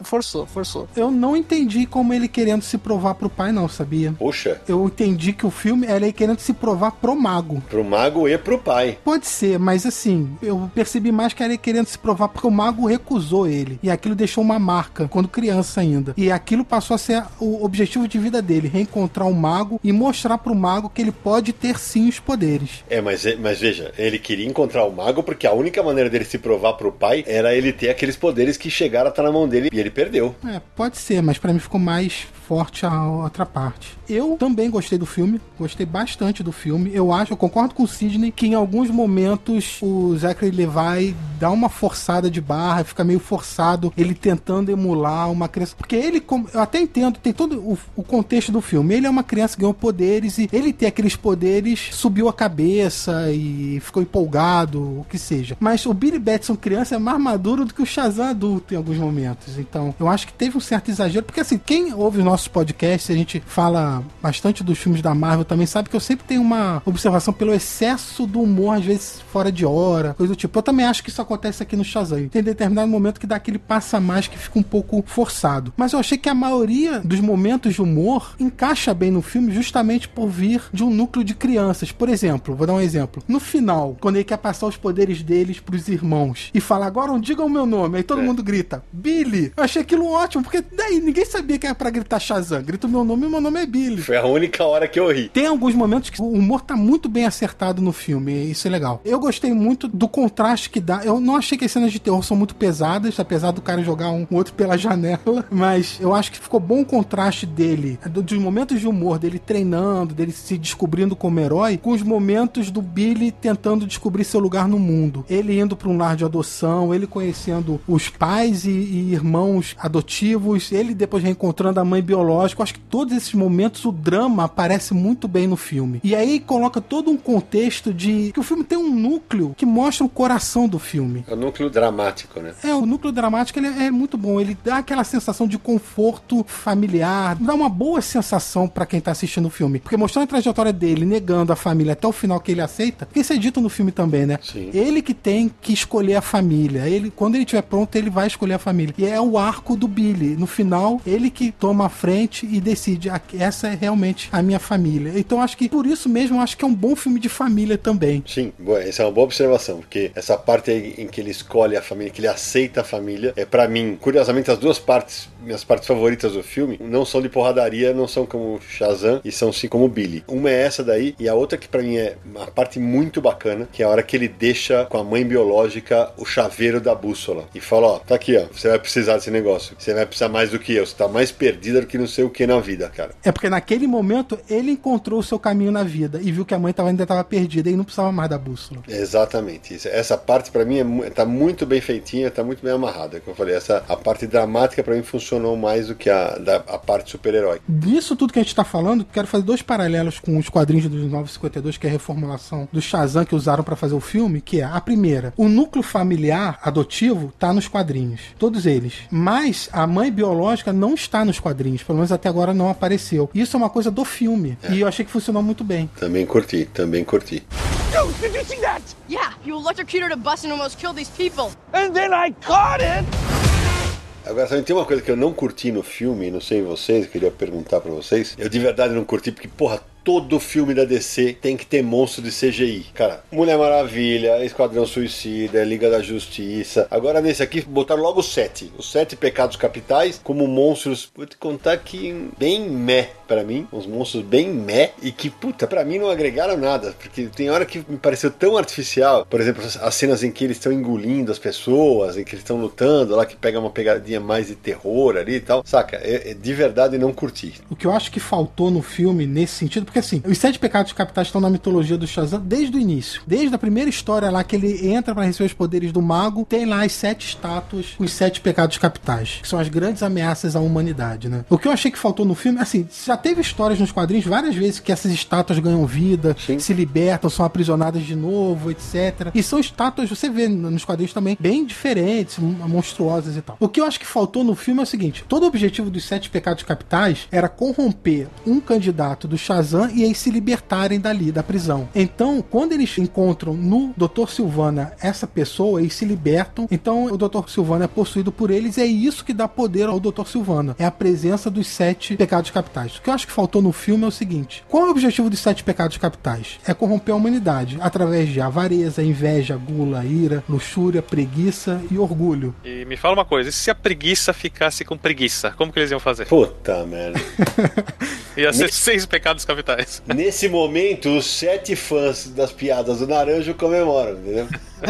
forçou. Eu não entendi como ele querendo se provar pro pai, não, sabia? Poxa. Eu entendi que o filme era ele querendo se provar pro mago. Pro mago e pro pai. Pode ser, mas assim, eu percebi mais que era ele querendo se provar porque o mago recusou ele. E aquilo deixou uma marca, quando criança ainda. E aquilo passou a ser o objetivo de vida dele, reencontrar o mago e mostrar pro mago que ele pode ter sim os poderes. Mas veja, ele queria encontrar o mago porque a única maneira dele se provar pro pai era ele ter aqueles poderes que chegaram a estar na mão dele e ele perdeu. Pode ser, mas pra mim ficou mais forte a outra parte. Eu também gostei do filme, gostei bastante do filme. Eu concordo com o Sidney que em alguns momentos o Zachary Levi dá uma forçada de barra, fica meio forçado, ele tentando emular uma criança. Porque ele, eu até entendo, tem todo o contexto do filme. Ele é uma criança que ganhou poderes e ele tem aqueles poderes, subiu a cabeça e ficou empolgado, o que seja. Mas o Billy Batson criança é mais maduro do que o Shazam adulto em alguns momentos. Então, eu acho que teve um certo exagero, porque assim, quem ouve os nossos podcasts, a gente fala bastante dos filmes da Marvel também, sabe que eu sempre tenho uma observação pelo excesso do humor, às vezes fora de hora, coisa do tipo. Eu também acho que isso acontece aqui no Shazam. Tem determinado momento que dá aquele passa a mais que fica um pouco forçado. Mas eu achei que a maioria dos momentos de humor encaixa bem no filme justamente por vir de um núcleo de crianças. Por exemplo, vou dar um exemplo. No final, quando ele quer passar os poderes deles pros irmãos e fala, agora não digam o meu nome, aí todo mundo grita, Billy! Eu achei aquilo ótimo, porque daí ninguém sabia que era pra gritar Shazam. Grita o meu nome e meu nome é Billy. Foi a única hora que eu ri. Tem alguns momentos que o humor tá muito bem acertado no filme, e isso é legal. Eu gostei muito do contraste que dá. Eu não achei que as cenas de terror são muito pesadas, apesar do cara jogar um outro pela janela, mas eu acho que ficou bom o contraste dele, dos momentos de humor dele treinando, dele se descobrindo como herói, com os momentos do Billy tentando descobrir seu lugar no mundo. Ele indo pra um lar de adoção, ele conhecendo os pais e irmãos adotivos, ele depois reencontrando a mãe biológica. Eu acho que todos esses momentos o drama aparece muito bem no filme. E aí coloca todo um contexto de que o filme tem um núcleo que mostra o coração do filme. É o núcleo dramático, né? O núcleo dramático ele é muito bom. Ele dá aquela sensação de conforto familiar, dá uma boa sensação pra quem tá assistindo o filme. Porque mostrando a trajetória dele, negando a família até o final que ele aceita, porque isso é dito no filme também, né? Sim. Ele que tem que escolher a família. Quando ele estiver pronto, ele vai escolher a família. E é o arco do Billy. No final, ele que toma a frente e decide, essa é realmente a minha família. Então acho que por isso mesmo eu acho que é um bom filme de família também. Sim, essa é uma boa observação, porque essa parte aí em que ele escolhe a família, que ele aceita a família, pra mim, curiosamente, as duas partes, minhas partes favoritas do filme, não são de porradaria, não são como Shazam e são sim como Billy. Uma é essa daí, e a outra que pra mim é uma parte muito bacana, que é a hora que ele deixa com a mãe biológica o chaveiro da bússola e fala, ó, tá aqui, ó, você vai precisar desse negócio, você vai precisar mais do que eu, você tá mais perdida do que não sei o que na vida, cara. É porque naquele momento ele encontrou o seu caminho na vida e viu que a mãe ainda estava perdida e não precisava mais da bússola. Exatamente. Essa parte pra mim é tá muito bem feitinha, tá muito bem amarrada. Como eu falei, a parte dramática pra mim funcionou mais do que a parte super-herói. Disso tudo que a gente tá falando, quero fazer 2 paralelos com os quadrinhos dos 952, que é a reformulação do Shazam que usaram pra fazer o filme, que é a primeira. O núcleo familiar adotivo tá nos quadrinhos. Todos eles. Mas a mãe biológica não está nos quadrinhos. Pelo menos até agora não apareceu. Isso é uma coisa do filme. E eu achei que funcionou muito bem. Também curti. Dude, did you see that? Yeah, you electrocuted a bus and almost killed these people. And then I caught it! Agora, também tem uma coisa que eu não curti no filme, não sei vocês, eu queria perguntar pra vocês. Eu de verdade não curti, porque, porra, todo filme da DC tem que ter monstro de CGI. Cara, Mulher Maravilha, Esquadrão Suicida, Liga da Justiça. Agora nesse aqui botaram logo os 7 pecados capitais como monstros. Vou te contar que bem meh pra mim, uns monstros bem meh e que, puta, pra mim não agregaram nada, porque tem hora que me pareceu tão artificial. Por exemplo, as cenas em que eles estão engolindo as pessoas, em que eles estão lutando, lá que pega uma pegadinha mais de terror ali e tal. Saca? De verdade não curti. O que eu acho que faltou no filme nesse sentido, porque assim, os 7 pecados capitais estão na mitologia do Shazam desde o início. Desde a primeira história lá que ele entra pra receber os poderes do mago, tem lá as 7 estátuas com os 7 pecados capitais, que são as grandes ameaças à humanidade, né? O que eu achei que faltou no filme, assim, já teve histórias nos quadrinhos várias vezes que essas estátuas ganham vida, sim, se libertam, são aprisionadas de novo, etc. E são estátuas, você vê nos quadrinhos também, bem diferentes, monstruosas e tal. O que eu acho que faltou no filme é o seguinte: todo o objetivo dos 7 pecados capitais era corromper um candidato do Shazam e eles se libertarem dali, da prisão. Então, quando eles encontram no Dr. Sivana essa pessoa, eles se libertam. Então, o Dr. Sivana é possuído por eles e é isso que dá poder ao Dr. Sivana. É a presença dos 7 pecados capitais. O que eu acho que faltou no filme é o seguinte: qual é o objetivo dos 7 pecados capitais? É corromper a humanidade através de avareza, inveja, gula, ira, luxúria, preguiça e orgulho. E me fala uma coisa, e se a preguiça ficasse com preguiça? Como que eles iam fazer? Puta merda. Ia ser 6 pecados capitais. Nesse momento, os 7 fãs das piadas do Naranjo comemoram, entendeu?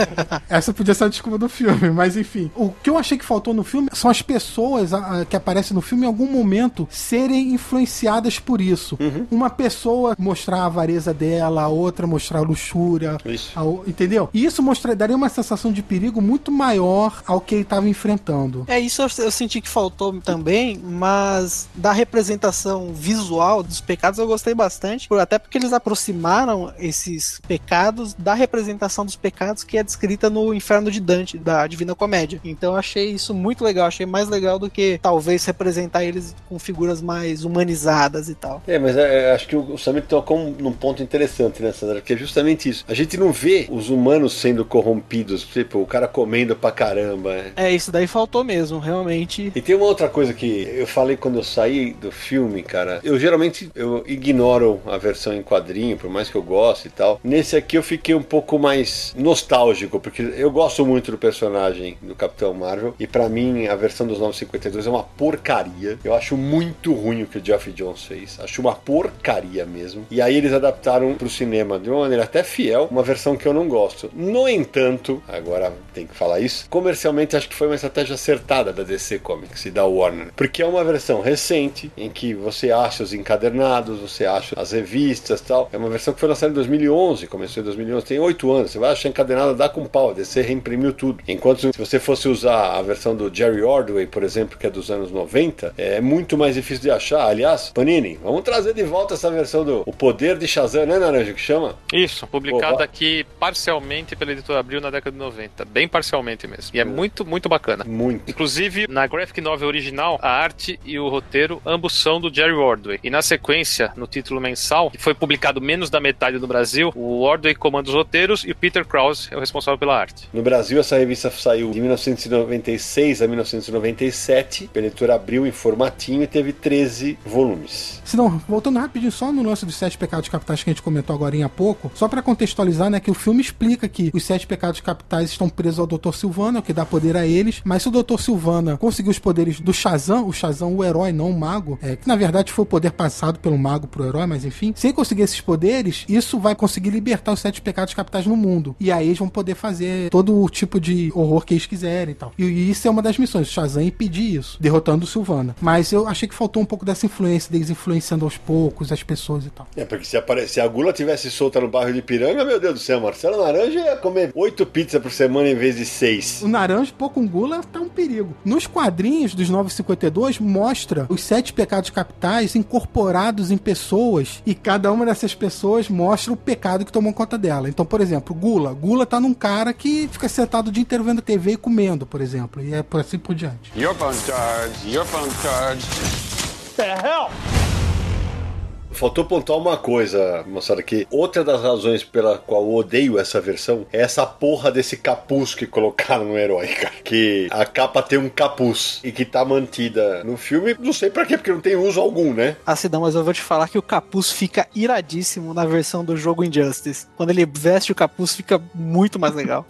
Essa podia ser a desculpa do filme, mas enfim. O que eu achei que faltou no filme são as pessoas que aparecem no filme em algum momento serem influenciadas por isso. Uma pessoa mostrar a avareza dela, a outra mostrar a luxúria, entendeu? E isso daria uma sensação de perigo muito maior ao que ele estava enfrentando. Isso eu senti que faltou também, mas da representação visual dos pecados eu gostei bastante, até porque eles aproximaram esses pecados da representação dos pecados que é descrita no Inferno de Dante, da Divina Comédia. Então eu achei isso muito legal, achei mais legal do que talvez representar eles com figuras mais humanizadas e tal. Mas acho que o Samir tocou num ponto interessante, né, Sandra? Que é justamente isso. A gente não vê os humanos sendo corrompidos, tipo, o cara comendo pra caramba. Isso daí faltou mesmo, realmente. E tem uma outra coisa que eu falei quando eu saí do filme, cara. Eu geralmente ignoro a versão em quadrinho, por mais que eu goste e tal. Nesse aqui eu fiquei um pouco mais nostálgico, porque eu gosto muito do personagem do Capitão Marvel, e pra mim a versão dos 952 é uma porcaria. Eu acho muito ruim o que o Geoff Johns fez. Acho uma porcaria mesmo. E aí eles adaptaram pro cinema de uma maneira até fiel, uma versão que eu não gosto. No entanto, agora tem que falar isso, comercialmente acho que foi uma estratégia acertada da DC Comics e da Warner, porque é uma versão recente, em que você acha os encadernados, você acha as revistas e tal. É uma versão que foi lançada em 2011, começou em 2011, tem 8 anos. Você vai achar encadernada, dá com pau. A DC reimprimiu tudo. Enquanto se você fosse usar a versão do Jerry Ordway, por exemplo, que é dos anos 90, é muito mais difícil de achar. Aliás, Panini, vamos trazer de volta essa versão do O Poder de Shazam, né, Naranjo, que chama? Isso, publicada aqui parcialmente pela Editora Abril na década de 90. Bem parcialmente mesmo. E é muito, muito bacana. Muito. Inclusive, na graphic novel original, a arte e o roteiro ambos são do Jerry Ordway. E na sequência, no título mensal, que foi publicado menos da metade no Brasil, o Ordway comanda os roteiros e o Peter Krause é o responsável pela arte. No Brasil, essa revista saiu de 1996 a 1997, pela Editora Abril em formatinho, e teve 13 volumes. Se não, voltando rapidinho só no lance dos 7 pecados capitais que a gente comentou agora há pouco, só pra contextualizar, né, que o filme explica que os 7 pecados capitais estão presos ao Dr. Sivana, o que dá poder a eles, mas se o Dr. Sivana conseguiu os poderes do Shazam, o Shazam, o herói, não o mago, que na verdade foi o poder passado pelo mago pro herói, mas enfim, sem conseguir esses poderes, isso vai conseguir libertar os 7 pecados capitais no mundo. E aí eles vão poder fazer todo o tipo de horror que eles quiserem e tal. E isso é uma das missões, o Shazam impedir isso, derrotando o Sylvana. Mas eu achei que faltou um pouco dessa influência, deles influenciando aos poucos as pessoas e tal. Porque se a Gula tivesse solta no bairro de Piranga, meu Deus do céu, Marcelo Naranja ia comer 8 pizzas por semana em vez de 6. O Naranja, pô, com Gula, tá um perigo. Nos quadrinhos dos 952, mostra os 7 pecados capitais incorporados em pessoas, e cada uma dessas pessoas mostra o pecado que tomou conta dela. Então, por exemplo, Gula tá num cara que fica sentado o dia inteiro vendo TV e comendo, por exemplo, e é por assim por diante. Your phone's charged. Your phone's charged. The hell? Faltou pontuar uma coisa, moçada, que outra das razões pela qual eu odeio essa versão é essa porra desse capuz que colocaram no herói, cara. Que a capa tem um capuz e que tá mantida no filme, não sei pra quê, porque não tem uso algum, né? Ah, Sidão, mas eu vou te falar que o capuz fica iradíssimo na versão do jogo Injustice. Quando ele veste o capuz, fica muito mais legal.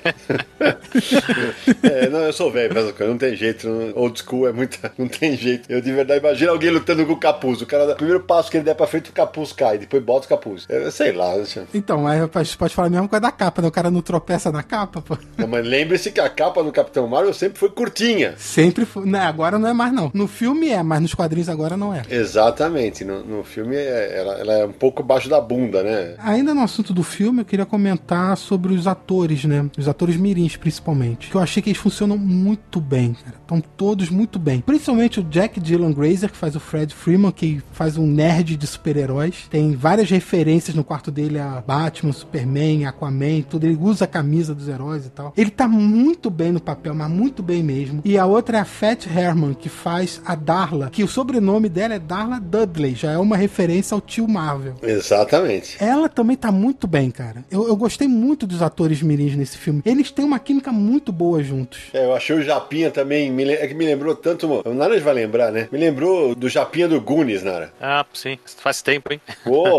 Não, eu sou velho, mas não tem jeito, old school é muita, não tem jeito. Eu de verdade imagino alguém lutando com o capuz, o cara, o primeiro passo que ele der pra frente, o capuz cai, depois bota o capuz. Sei lá. Então, mas pode falar a mesma coisa da capa, né? O cara não tropeça na capa, pô. Não, mas lembre-se que a capa do Capitão Marvel sempre foi curtinha. Sempre foi. Não, agora não é mais, não. No filme é, mas nos quadrinhos agora não é. Exatamente. No filme ela é um pouco abaixo da bunda, né? Ainda no assunto do filme, eu queria comentar sobre os atores, né? Os atores mirins, principalmente. Que eu achei que eles funcionam muito bem, cara. Estão todos muito bem. Principalmente o Jack Dylan Grazer, que faz o Fred Freeman, que faz um nerd de super-heróis. Tem várias referências no quarto dele a Batman, Superman, Aquaman, tudo. Ele usa a camisa dos heróis e tal. Ele tá muito bem no papel, mas muito bem mesmo. E a outra é a Fat Herman, que faz a Darla, que o sobrenome dela é Darla Dudley. Já é uma referência ao tio Marvel. Exatamente. Ela também tá muito bem, cara. Eu gostei muito dos atores mirins nesse filme. Eles têm uma química muito boa juntos. Eu achei o Japinha também, que me lembrou tanto, o Nara vai lembrar, né? Me lembrou do Japinha do Goonies, Nara. Ah, sim. Faz tempo, hein?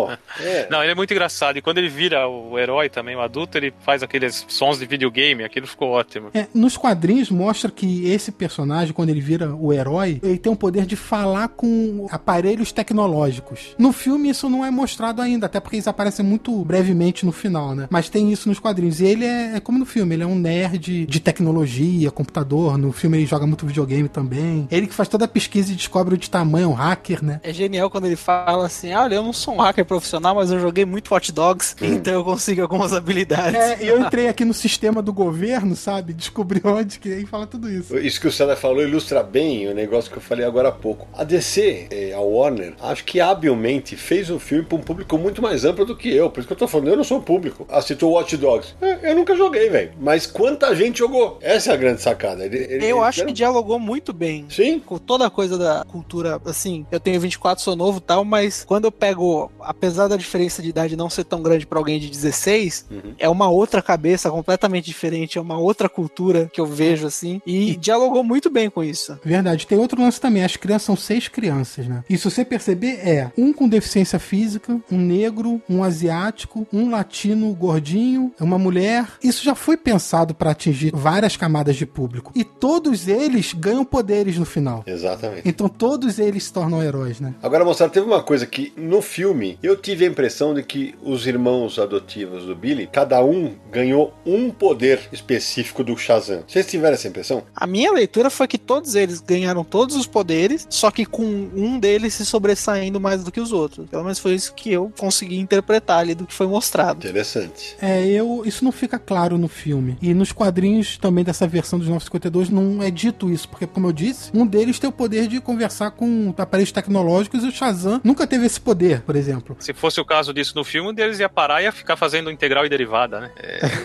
Não, ele é muito engraçado. E quando ele vira o herói também, o adulto, ele faz aqueles sons de videogame. Aquilo ficou ótimo. Nos quadrinhos mostra que esse personagem, quando ele vira o herói, ele tem o poder de falar com aparelhos tecnológicos. No filme isso não é mostrado ainda, até porque eles aparecem muito brevemente no final, né? Mas tem isso nos quadrinhos. E ele é como no filme, ele é um nerd de tecnologia, computador. No filme ele joga muito videogame também. Ele que faz toda a pesquisa e descobre o de tamanho, é um hacker, né? É genial quando ele fala assim, olha, eu não sou um hacker profissional, mas eu joguei muito Watch Dogs, então eu consigo algumas habilidades. E eu entrei aqui no sistema do governo, sabe? Descobri onde que aí fala tudo isso. Isso que o César falou ilustra bem o negócio que eu falei agora há pouco. A DC, a Warner, acho que habilmente fez um filme para um público muito mais amplo do que eu. Por isso que eu tô falando, eu não sou um público. Citou Watch Dogs. Eu nunca joguei, velho. Mas quanta gente jogou? Essa é a grande sacada. Eu acho que dialogou muito bem. Sim. Com toda a coisa da cultura, assim, eu tenho 24, sou novo e tal, mas quando eu pego, apesar da diferença de idade não ser tão grande pra alguém de 16, é uma outra cabeça completamente diferente, é uma outra cultura que eu vejo, assim, e dialogou muito bem com isso. Verdade. Tem outro lance também, as crianças são 6 crianças, né? E se você perceber, um com deficiência física, um negro, um asiático, um latino gordinho, uma mulher. Isso já foi pensado pra atingir várias camadas de público. E todos eles ganham poderes no final. Exatamente. Então todos eles se tornam heróis, né? Agora, moçada, teve uma coisa que no filme eu tive a impressão de que os irmãos adotivos do Billy, cada um ganhou um poder específico do Shazam. Vocês tiveram essa impressão? A minha leitura foi que todos eles ganharam todos os poderes, só que com um deles se sobressaindo mais do que os outros. Pelo menos foi isso que eu consegui interpretar ali do que foi mostrado. Interessante. Isso não fica claro no filme. E nos quadrinhos também dessa versão dos 952 não é dito isso, porque, como eu disse, um deles tem o poder de conversar com aparelhos tecnológicos e o Shazam nunca teve esse poder, por exemplo. Se fosse o caso disso no filme, eles ia parar e ia ficar fazendo integral e derivada, né?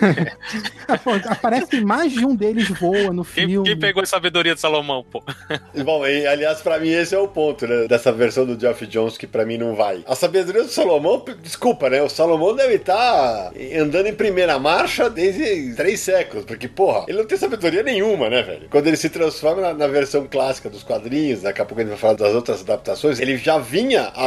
Aparece mais de um deles voa no filme. Quem pegou a sabedoria de Salomão, pô? Bom, e, aliás, pra mim esse é o ponto, né? Dessa versão do Geoff Johns que pra mim não vai. A sabedoria do Salomão, desculpa, né? O Salomão deve estar andando em primeira marcha desde 3 séculos, porque, porra, ele não tem sabedoria nenhuma, né, velho? Quando ele se transforma na versão clássica dos quadrinhos, daqui a pouco a gente vai falar das outras adaptações, ele já vinha há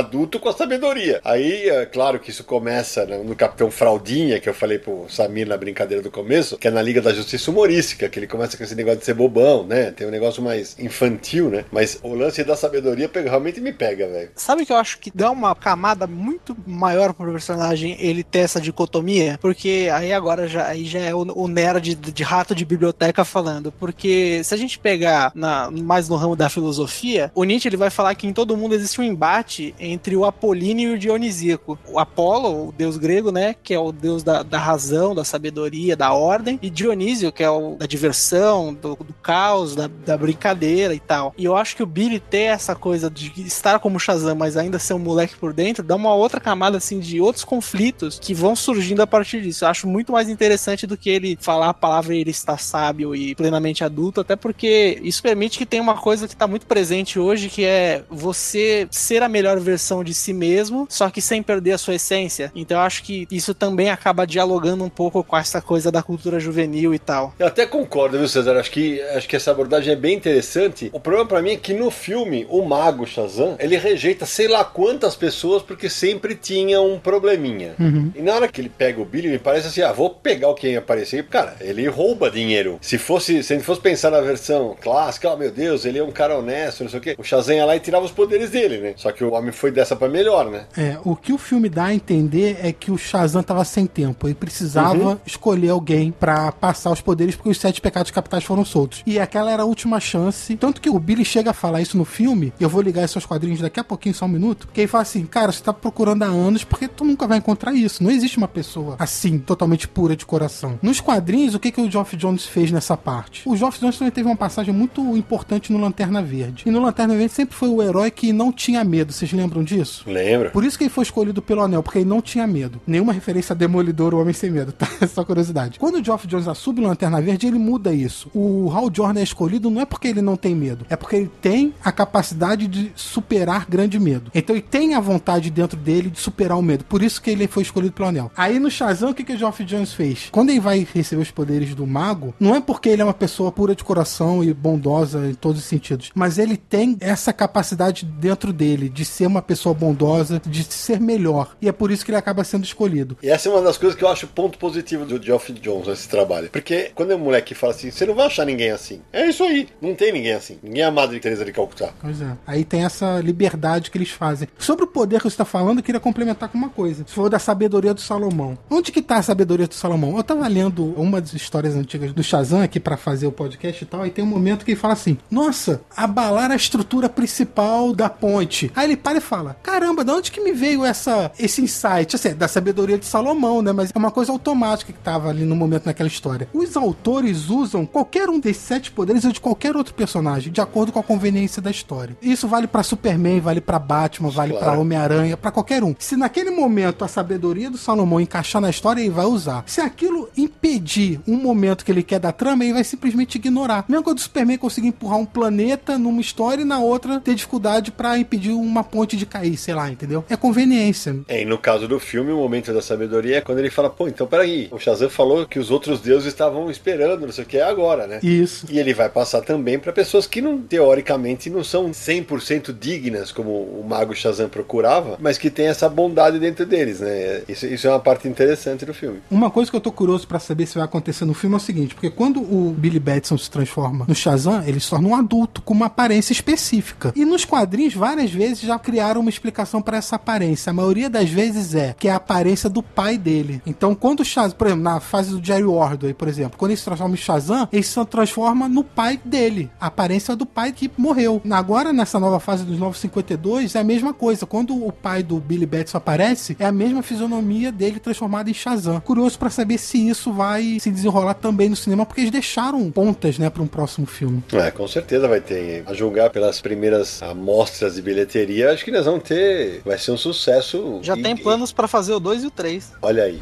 adulto com a sabedoria. Aí, é claro que isso começa no Capitão Fraldinha, que eu falei pro Samir na brincadeira do começo, que é na Liga da Justiça Humorística, que ele começa com esse negócio de ser bobão, né? Tem um negócio mais infantil, né? Mas o lance da sabedoria realmente me pega, velho. Sabe que eu acho que dá uma camada muito maior pro personagem ele ter essa dicotomia? Porque aí agora já é o nerd de rato de biblioteca falando. Porque se a gente pegar mais no ramo da filosofia, o Nietzsche ele vai falar que em todo mundo existe um embate entre o Apolíneo e o Dionisíaco. O Apolo, o deus grego, né? Que é o deus da razão, da sabedoria, da ordem. E Dionísio, que é o da diversão, do caos, da brincadeira e tal. E eu acho que o Billy ter essa coisa de estar como Shazam, mas ainda ser um moleque por dentro, dá uma outra camada, assim, de outros conflitos que vão surgindo a partir disso. Eu acho muito mais interessante do que ele falar a palavra ele está sábio e plenamente adulto, até porque isso permite que tenha uma coisa que está muito presente hoje, que é você ser a melhor versão de si mesmo, só que sem perder a sua essência. Então eu acho que isso também acaba dialogando um pouco com essa coisa da cultura juvenil e tal. Eu até concordo, viu, César? Acho que essa abordagem é bem interessante. O problema pra mim é que no filme, o mago Shazam, ele rejeita sei lá quantas pessoas porque sempre tinha um probleminha. Uhum. E na hora que ele pega o Billy, me parece assim, vou pegar o que aparecer. Cara, ele rouba dinheiro. Se a gente fosse pensar na versão clássica, meu Deus, ele é um cara honesto, não sei o quê. O Shazam ia lá e tirava os poderes dele, né? Só que o homem foi dessa pra melhor, né? O que o filme dá a entender é que o Shazam tava sem tempo. Ele precisava escolher alguém pra passar os poderes porque os 7 pecados capitais foram soltos. E aquela era a última chance. Tanto que o Billy chega a falar isso no filme, eu vou ligar esses quadrinhos daqui a pouquinho, só um minuto, que ele fala assim, cara, você tá procurando há anos porque tu nunca vai encontrar isso. Não existe uma pessoa assim, totalmente pura de coração. Nos quadrinhos, o que o Geoff Johns fez nessa parte? O Geoff Johns também teve uma passagem muito importante no Lanterna Verde. E no Lanterna Verde sempre foi o herói que não tinha medo. Vocês lembram disso? Lembro. Por isso que ele foi escolhido pelo Anel, porque ele não tinha medo. Nenhuma referência a Demolidor, o Homem Sem Medo, tá? É só curiosidade. Quando o Geoff Johns assume o Lanterna Verde, ele muda isso. O Hal Jordan é escolhido não é porque ele não tem medo, é porque ele tem a capacidade de superar grande medo. Então ele tem a vontade dentro dele de superar o medo. Por isso que ele foi escolhido pelo Anel. Aí no Shazam, o que o Geoff Johns fez? Quando ele vai receber os poderes do mago, não é porque ele é uma pessoa pura de coração e bondosa em todos os sentidos, mas ele tem essa capacidade dentro dele de ser uma pessoa bondosa, de ser melhor. E é por isso que ele acaba sendo escolhido. E essa é uma das coisas que eu acho ponto positivo do Geoff Johns nesse trabalho. Porque quando é um moleque que fala assim, você não vai achar ninguém assim. É isso aí. Não tem ninguém assim. Ninguém é a Madre Teresa de Calcutá. Pois é. Aí tem essa liberdade que eles fazem. Sobre o poder que você está falando, eu queria complementar com uma coisa. Se for da sabedoria do Salomão. Onde que tá a sabedoria do Salomão? Eu tava lendo uma das histórias antigas do Shazam aqui pra fazer o podcast e tal, e tem um momento que ele fala assim, nossa, abalar a estrutura principal da ponte. Aí ele para e fala, caramba, de onde que me veio esse insight? Assim, da sabedoria de Salomão, né? Mas é uma coisa automática que tava ali no momento naquela história. Os autores usam qualquer um desses 7 poderes ou de qualquer outro personagem, de acordo com a conveniência da história. Isso vale pra Superman, vale pra Batman, vale pra Homem-Aranha, pra qualquer um. Se naquele momento a sabedoria do Salomão encaixar na história, ele vai usar. Se aquilo impedir um momento que ele quer da trama, ele vai simplesmente ignorar. Mesmo quando o Superman conseguir empurrar um planeta numa história e na outra ter dificuldade pra impedir uma ponte de cair, sei lá, entendeu? É conveniência. E no caso do filme, o momento da sabedoria é quando ele fala, então peraí, o Shazam falou que os outros deuses estavam esperando, não sei o que, é agora, né? Isso. E ele vai passar também pra pessoas que teoricamente não são 100% dignas, como o mago Shazam procurava, mas que tem essa bondade dentro deles, né? Isso é uma parte interessante do filme. Uma coisa que eu tô curioso pra saber se vai acontecer no filme é o seguinte, porque quando o Billy Batson se transforma no Shazam, ele se torna um adulto com uma aparência específica. E nos quadrinhos, várias vezes já criaram uma explicação pra essa aparência. A maioria das vezes que é a aparência do pai dele. Então, quando o Shazam, por exemplo, na fase do Jerry Ordway, por exemplo, quando ele se transforma em Shazam, ele se transforma no pai dele. A aparência do pai que morreu. Agora, nessa nova fase dos Novos 52, é a mesma coisa. Quando o pai do Billy Batson aparece, é a mesma fisionomia dele transformada em Shazam. Curioso pra saber se isso vai se desenrolar também no cinema, porque eles deixaram pontas, né, pra um próximo filme. Com certeza vai ter. A julgar pelas primeiras amostras de bilheteria, acho que nós vamos ter... Vai ser um sucesso. Já tem planos pra fazer o 2 e o 3. Olha aí.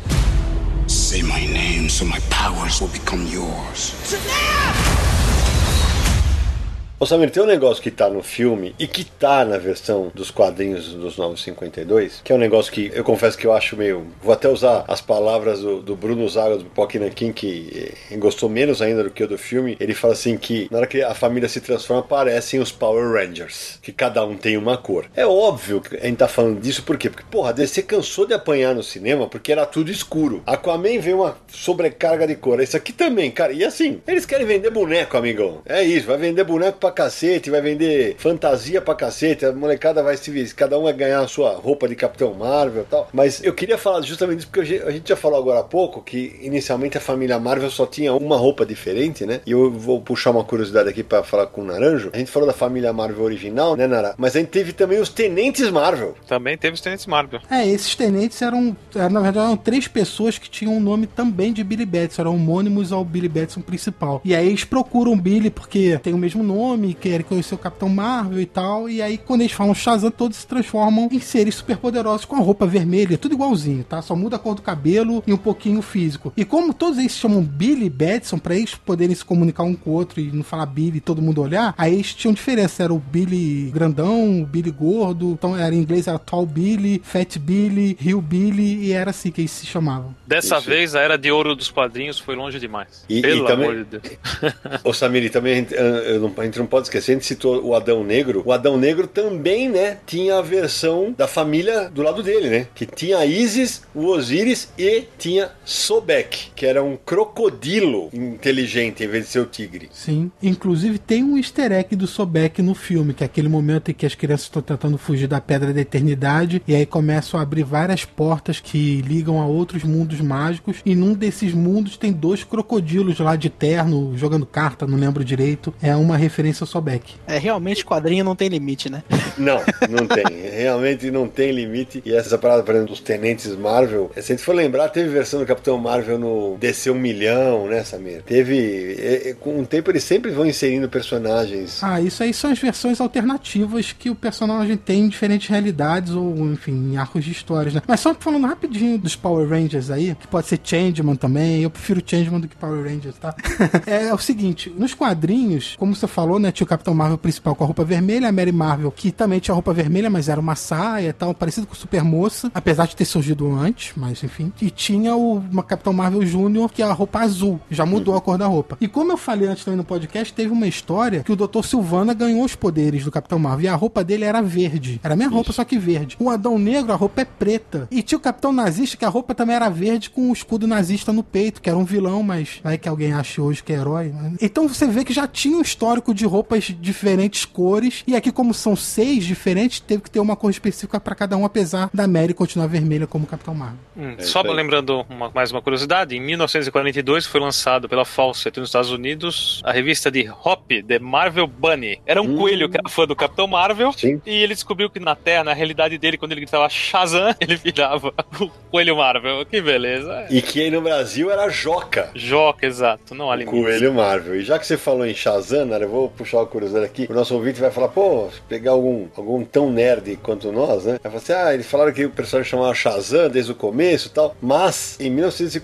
Say my name so my powers will become yours. Ô Samir, tem um negócio que tá no filme e que tá na versão dos quadrinhos dos 952, que é um negócio que eu confesso que eu acho meio... Vou até usar as palavras do Bruno Zaga, do Pipoca Nanquim, que gostou menos ainda do que o do filme. Ele fala assim que na hora que a família se transforma, aparecem os Power Rangers, que cada um tem uma cor. É óbvio que a gente tá falando disso, por quê? Porque, porra, a DC cansou de apanhar no cinema porque era tudo escuro. Aquaman veio uma sobrecarga de cor. Isso aqui também, cara. E assim, eles querem vender boneco, amigão. É isso, vai vender boneco pra cacete, vai vender fantasia pra cacete, a molecada vai se vestir, cada um vai ganhar a sua roupa de Capitão Marvel e tal. Mas eu queria falar justamente disso porque a gente já falou agora há pouco que inicialmente a família Marvel só tinha uma roupa diferente, né? E eu vou puxar uma curiosidade aqui pra falar com o Naranjo. A gente falou da família Marvel original, né, Nara? Mas a gente teve também os Tenentes Marvel. Também teve os Tenentes Marvel. Esses Tenentes na verdade, eram 3 pessoas que tinham o nome também de Billy Batson, eram homônimos ao Billy Batson principal. E aí eles procuram o Billy porque tem o mesmo nome, querem conhecer o Capitão Marvel e tal, e aí quando eles falam Shazam, todos se transformam em seres superpoderosos com a roupa vermelha, tudo igualzinho, tá? Só muda a cor do cabelo e um pouquinho o físico. E como todos eles se chamam Billy Batson, pra eles poderem se comunicar um com o outro e não falar Billy e todo mundo olhar, aí eles tinham diferença, era o Billy grandão, o Billy gordo, então era em inglês era Tall Billy, Fat Billy, Hill Billy, e era assim que eles se chamavam. Dessa vez a era de ouro dos quadrinhos foi longe demais. Pelo amor de Deus. Ô Samir, também a gente não pode esquecer, a gente citou o Adão Negro. O Adão Negro também, né, tinha a versão da família do lado dele, né? Que tinha a Isis, o Osíris e tinha Sobek, que era um crocodilo inteligente em vez de ser o tigre. Sim, inclusive tem um easter egg do Sobek no filme, que é aquele momento em que as crianças estão tentando fugir da Pedra da Eternidade e aí começam a abrir várias portas que ligam a outros mundos mágicos, e num desses mundos tem 2 crocodilos lá de terno jogando carta, não lembro direito. É uma referência ao Sobek. Realmente quadrinho não tem limite, né? Não tem. Realmente não tem limite. E essa parada, por exemplo, dos Tenentes Marvel, se a gente for lembrar, teve versão do Capitão Marvel no DC 1 milhão, né, Samir? Teve... Com o tempo eles sempre vão inserindo personagens. Isso aí são as versões alternativas que o personagem tem em diferentes realidades ou, enfim, em arcos de histórias, né? Mas só falando rapidinho dos Power Rangers aí, que pode ser Changeman também, eu prefiro Changeman do que Power Rangers, tá? É o seguinte, nos quadrinhos, como você falou, né, tinha o Capitão Marvel principal com a roupa vermelha, a Mary Marvel, que também tinha a roupa vermelha, mas era uma saia e tal, parecido com o Super Moça, apesar de ter surgido antes, mas enfim. E tinha uma Capitão Marvel Júnior, que é a roupa azul, já mudou a cor da roupa. E como eu falei antes também no podcast, teve uma história que o Dr. Silvana ganhou os poderes do Capitão Marvel, e a roupa dele era verde. Era a mesma roupa, só que verde. O Adão Negro, a roupa é preta. E tinha o Capitão Nazista, que a roupa também era verde, com o escudo nazista no peito, que era um vilão, mas vai que alguém ache hoje que é herói, né? Então você vê que já tinha um histórico de roupas de diferentes cores, e aqui como são 6 diferentes, teve que ter uma cor específica pra cada um, apesar da Mary continuar vermelha como Capitão Marvel. Só lembrando mais uma curiosidade, em 1942 foi lançado pela Fawcett nos Estados Unidos a revista de Hop, The Marvel Bunny. Era um coelho que era fã do Capitão Marvel. Sim. E ele descobriu que na Terra, na realidade dele, quando ele gritava Shazam, ele virava o Coelho Marvel. Que beleza. E que aí no Brasil era Joca. Joca, exato. Não há limite. Coelho Marvel. E já que você falou em Shazam, eu vou puxar uma curiosidade aqui. O nosso ouvinte vai falar, pô, pegar algum tão nerd quanto nós, né? Vai falar assim, eles falaram que o personagem chamava Shazam desde o começo e tal. Mas, em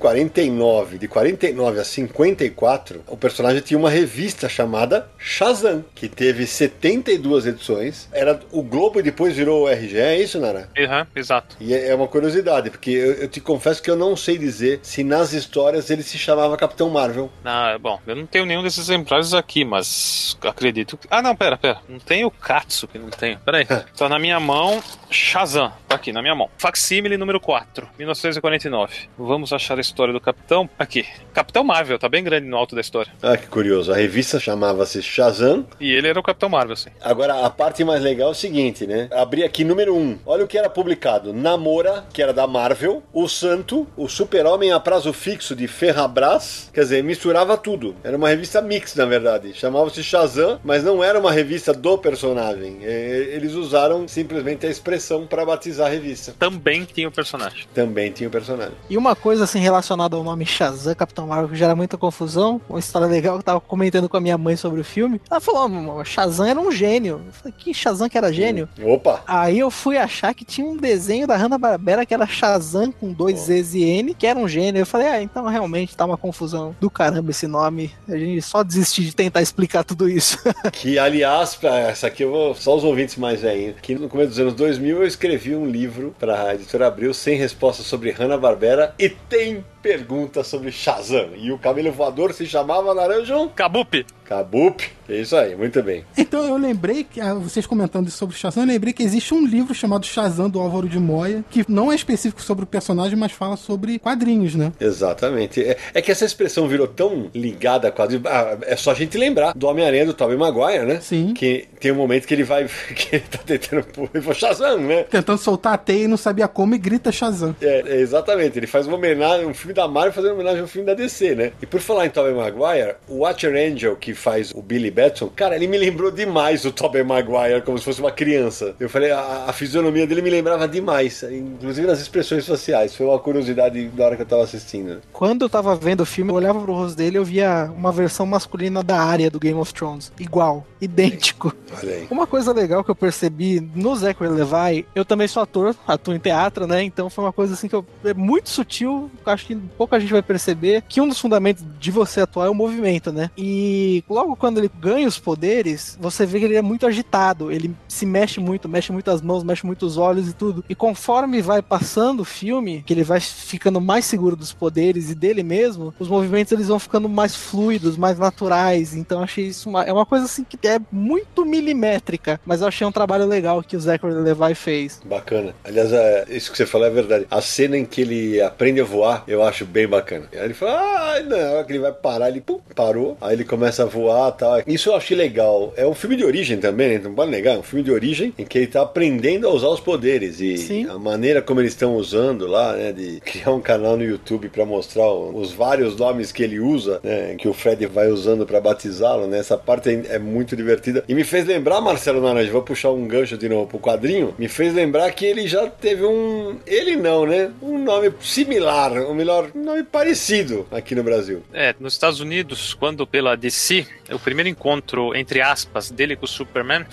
1949, de 49 a 54, o personagem tinha uma revista chamada Shazam, que teve 72 edições. Era o Globo e depois virou o RGE, é isso, Nara? Exato. E é uma curiosidade, porque eu te confesso que eu não sei dizer se nas histórias ele se chamava Capitão Marvel. Bom, eu não tenho nenhum desses exemplares aqui, mas acredito que... não, pera. Não tem o Katsu que não tenho. Pera aí. Tá na minha mão, Shazam. Tá aqui, na minha mão. Facsímile número 4, 1949. Vamos achar a história do Capitão. Aqui. Capitão Marvel, tá bem grande no alto da história. Que curioso. A revista chamava-se Shazam. E ele era o Capitão Marvel, sim. Agora, a parte mais legal é o seguinte, né? Abri aqui número 1. Olha o que era publicado. Namora, que era da Marvel. O Santo, o Super-Homem a prazo fixo de Ferrabras. Quer dizer, misturava tudo. Era uma revista mix, na verdade. Chamava-se Shazam, mas não era uma revista do personagem. Eles usaram simplesmente a expressão para batizar a revista. Também tinha o personagem. E uma coisa assim relacionada ao nome Shazam, Capitão Marvel, que gera muita confusão, uma história legal que eu tava comentando com a minha mãe sobre o filme. Ela falou, Shazam era um gênio. Eu falei, que Shazam que era gênio? Opa! Aí eu fui achar que tinha um desenho da Hanna-Barbera que era Shazam com 2 Z's e N, que era um gênio. Eu falei, então realmente tá uma confusão do caramba esse nome. A gente só desistir de tentar explicar tudo isso. Que, aliás, essa aqui eu vou só os ouvintes mais velhinhos, que no começo dos anos 2000 eu escrevi um livro pra Editora Abril sem resposta sobre Hanna-Barbera e tem pergunta sobre Shazam. E o camelo voador se chamava Naranjo? Kabup. É isso aí, muito bem. Então eu lembrei, que vocês comentando isso sobre o Shazam, eu lembrei que existe um livro chamado Shazam, do Álvaro de Moya, que não é específico sobre o personagem, mas fala sobre quadrinhos, né? Exatamente. É que essa expressão virou tão ligada a quadrinhos. É só a gente lembrar do Homem-Aranha do Tobey Maguire, né? Sim. Que tem um momento que ele vai... que ele tá tentando... Ele falou Shazam, né? Tentando soltar a teia e não sabia como e grita Shazam. Exatamente. Ele faz uma homenagem, um filme da Marvel fazendo homenagem ao filme da DC, né? E por falar em Tobey Maguire, o Watcher Angel, que faz o Billy Batson, cara, ele me lembrou demais o Tobey Maguire, como se fosse uma criança. Eu falei, a fisionomia dele me lembrava demais, inclusive nas expressões faciais. Foi uma curiosidade da hora que eu tava assistindo. Quando eu tava vendo o filme, eu olhava pro rosto dele e eu via uma versão masculina da Arya do Game of Thrones. Igual, idêntico. Olha aí. Uma coisa legal que eu percebi no Zachary Levi, eu também sou ator, atuo em teatro, né? Então foi uma coisa assim que é muito sutil, acho que pouca gente vai perceber, que um dos fundamentos de você atuar é o movimento, né? E logo quando ele ganha os poderes, você vê que ele é muito agitado, ele se mexe muito as mãos, mexe muito os olhos e tudo. E conforme vai passando o filme, que ele vai ficando mais seguro dos poderes e dele mesmo, os movimentos eles vão ficando mais fluidos, mais naturais. Então achei isso é uma coisa assim que é muito milimétrica, mas eu achei um trabalho legal que o Zachary Levi fez. Bacana. Aliás, isso que você falou é verdade. A cena em que ele aprende a voar, eu acho bem bacana. Aí ele fala, não, que ele vai parar, ele parou, aí ele começa a voar e tal. Isso eu achei legal. É um filme de origem também, né? Não pode negar, é um filme de origem em que ele tá aprendendo a usar os poderes e Sim. A maneira como eles estão usando lá, né, de criar um canal no YouTube pra mostrar os vários nomes que ele usa, né, que o Fred vai usando pra batizá-lo, né? Essa parte é muito divertida. E me fez lembrar, Marcelo Naranjo, vou puxar um gancho de novo pro quadrinho, me fez lembrar que ele já teve ele não, né? Um nome similar, ou melhor, um nome parecido aqui no Brasil. Nos Estados Unidos, quando pela DC, o primeiro encontro, entre aspas, dele com o Superman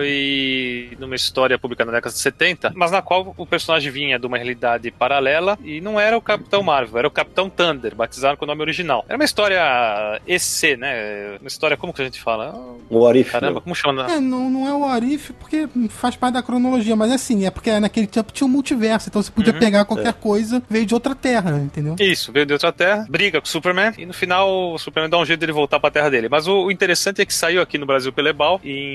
foi numa história publicada na década de 70, mas na qual o personagem vinha de uma realidade paralela e não era o Capitão Marvel, era o Capitão Thunder, batizado com o nome original. Era uma história EC, né? Uma história, como que a gente fala? O What If. Caramba, não. Como chama? Não é o What If porque faz parte da cronologia, mas assim, é porque naquele tempo tinha um multiverso, então você podia pegar qualquer coisa, veio de outra terra, entendeu? Isso, veio de outra terra, briga com o Superman e no final o Superman dá um jeito dele voltar pra terra dele. Mas o interessante é que saiu aqui no Brasil pela Ebal em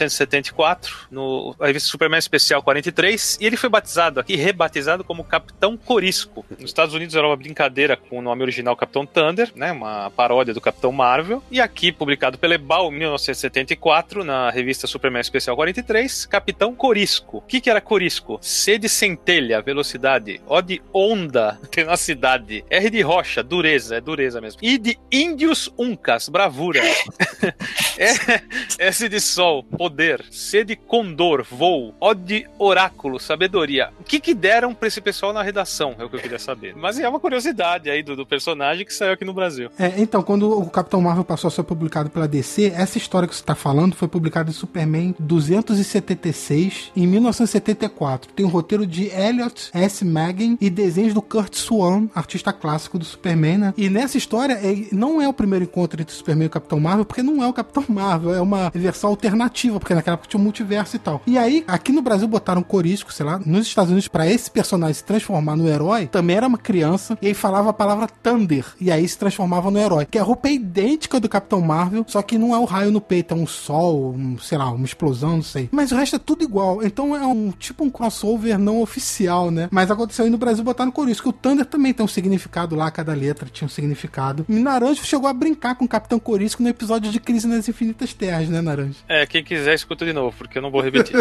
1974, a revista Superman Especial 43, e ele foi batizado aqui, rebatizado como Capitão Corisco. Nos Estados Unidos era uma brincadeira com o nome original Capitão Thunder, né, uma paródia do Capitão Marvel, e aqui publicado pela Ebal em 1974, na revista Superman Especial 43, Capitão Corisco. O que era Corisco? C de centelha, velocidade, O de onda, tenacidade, R de rocha, dureza, é dureza mesmo, I de índios uncas, bravura, S de sol, poder, C de condor, voo, O de oráculo, sabedoria. O que deram pra esse pessoal na redação? É o que eu queria saber. Mas é uma curiosidade aí do personagem que saiu aqui no Brasil. Então, quando o Capitão Marvel passou a ser publicado pela DC, essa história que você tá falando foi publicada em Superman 276 em 1974. Tem um roteiro de Elliot S. Maggin e desenhos do Kurt Swan, artista clássico do Superman, né? E nessa história, não é o primeiro encontro entre o Superman e o Capitão Marvel, porque não é o Capitão Marvel, é uma versão alternativa, porque naquela época tinha um multiverso e tal. E aí, aqui no Brasil botaram Corisco, sei lá, nos Estados Unidos, pra esse personagem se transformar no herói, também era uma criança, e aí falava a palavra Thunder, e aí se transformava no herói, que a roupa é idêntica do Capitão Marvel, só que não é o raio no peito, é um sol, sei lá, uma explosão, não sei. Mas o resto é tudo igual, então é um crossover não oficial, né? Mas aconteceu aí no Brasil botar no Corisco. O Thunder também tem um significado lá, cada letra tinha um significado. E Naranjo chegou a brincar com o Capitão Corisco no episódio de Crise nas Infinitas Terras, né, Naranjo? Quem quiser escuta de novo, porque eu não vou repetir.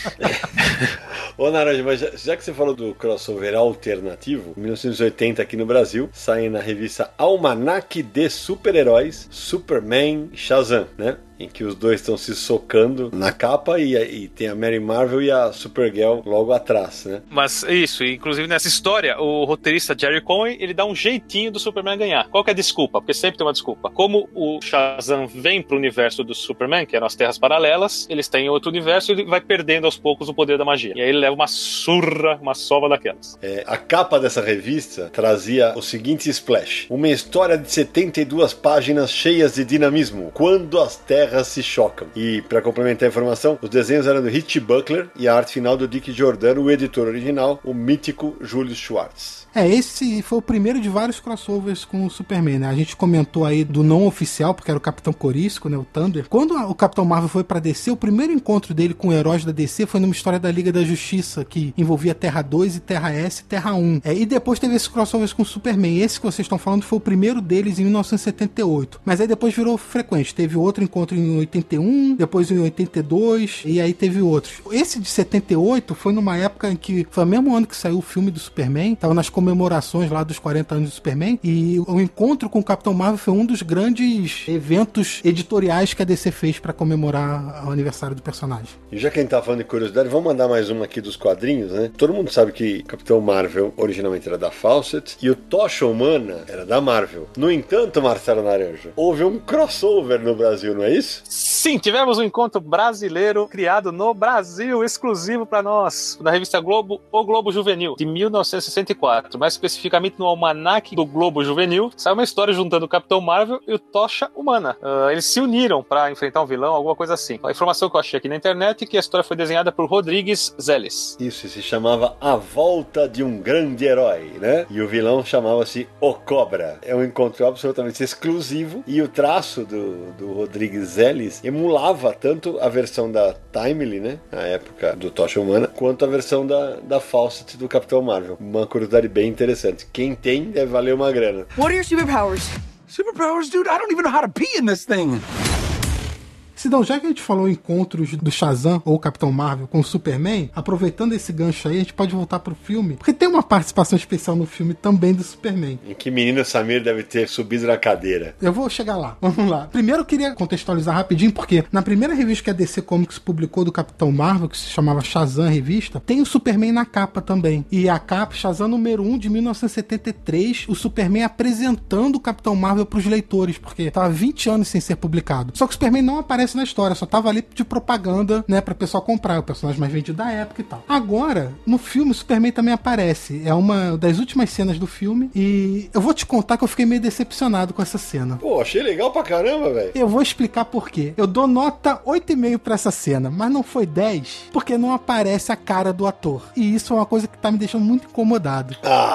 Ô, Naranjo, mas já que você falou do crossover alternativo, em 1980 aqui no Brasil, sai na revista Almanac de Super-Heróis, Superman e Shazam, né? em que os dois estão se socando na capa e tem a Mary Marvel e a Supergirl logo atrás, né? Mas isso, inclusive nessa história, o roteirista Jerry Conway, ele dá um jeitinho do Superman ganhar. Qual que é a desculpa? Porque sempre tem uma desculpa. Como o Shazam vem pro universo do Superman, que eram as terras paralelas, eles têm outro universo e ele vai perdendo aos poucos o poder da magia. E aí ele leva uma surra, uma sova daquelas. A capa dessa revista trazia o seguinte splash: uma história de 72 páginas cheias de dinamismo, quando as terras se chocam. E, para complementar a informação, os desenhos eram do Hitch Buckler e a arte final do Dick Giordano, o editor original, o mítico Julius Schwartz. Esse foi o primeiro de vários crossovers com o Superman, né? A gente comentou aí do não oficial, porque era o Capitão Corisco, né? O Thunder. Quando o Capitão Marvel foi pra DC, o primeiro encontro dele com heróis da DC foi numa história da Liga da Justiça, que envolvia Terra 2 e Terra S e Terra 1. E depois teve esses crossovers com o Superman. Esse que vocês estão falando foi o primeiro deles em 1978. Mas aí depois virou frequente. Teve outro encontro em 81, depois em 82, e aí teve outros. Esse de 78 foi numa época em que foi o mesmo ano que saiu o filme do Superman, tava nas comemorações lá dos 40 anos do Superman, e o encontro com o Capitão Marvel foi um dos grandes eventos editoriais que a DC fez para comemorar o aniversário do personagem. E já que a gente tá falando de curiosidade, vamos mandar mais uma aqui dos quadrinhos, né? Todo mundo sabe que Capitão Marvel originalmente era da Fawcett e o Tocha Humana era da Marvel. No entanto, Marcelo Naranjo, houve um crossover no Brasil, não é isso? Sim, tivemos um encontro brasileiro criado no Brasil, exclusivo para nós, na revista Globo, O Globo Juvenil, de 1964. Mais especificamente no almanaque do Globo Juvenil, saiu uma história juntando o Capitão Marvel e o Tocha Humana. Eles se uniram para enfrentar um vilão, alguma coisa assim. A informação que eu achei aqui na internet é que a história foi desenhada por Rodrigues Zeles. Isso, se chamava A Volta de um Grande Herói, né? E o vilão chamava-se O Cobra. É um encontro absolutamente exclusivo e o traço do Rodrigues Zeles emulava tanto a versão da Timely, né? Na época do Tocha Humana, quanto a versão da Fawcett do Capitão Marvel. Uma curiosidade bem interessante. Quem tem deve valer uma grana. What are your superpowers? Superpowers, dude? I don't even know how to pee in this thing. Sidão, já que a gente falou em encontros do Shazam ou Capitão Marvel com o Superman, aproveitando esse gancho aí, a gente pode voltar pro filme, porque tem uma participação especial no filme também do Superman. Em que menino Samir deve ter subido na cadeira. Eu vou chegar lá, vamos lá. Primeiro eu queria contextualizar rapidinho, porque na primeira revista que a DC Comics publicou do Capitão Marvel, que se chamava Shazam Revista, tem o Superman na capa também. E a capa, Shazam número 1 de 1973, o Superman apresentando o Capitão Marvel pros leitores, porque tava 20 anos sem ser publicado. Só que o Superman não aparece na história, só tava ali de propaganda, né, pra pessoal comprar, o personagem mais vendido da época e tal. Agora, no filme, o Superman também aparece. É uma das últimas cenas do filme e eu vou te contar que eu fiquei meio decepcionado com essa cena. Pô, achei legal pra caramba, velho. Eu vou explicar por quê. Eu dou nota 8,5 pra essa cena, mas não foi 10, porque não aparece a cara do ator. E isso é uma coisa que tá me deixando muito incomodado.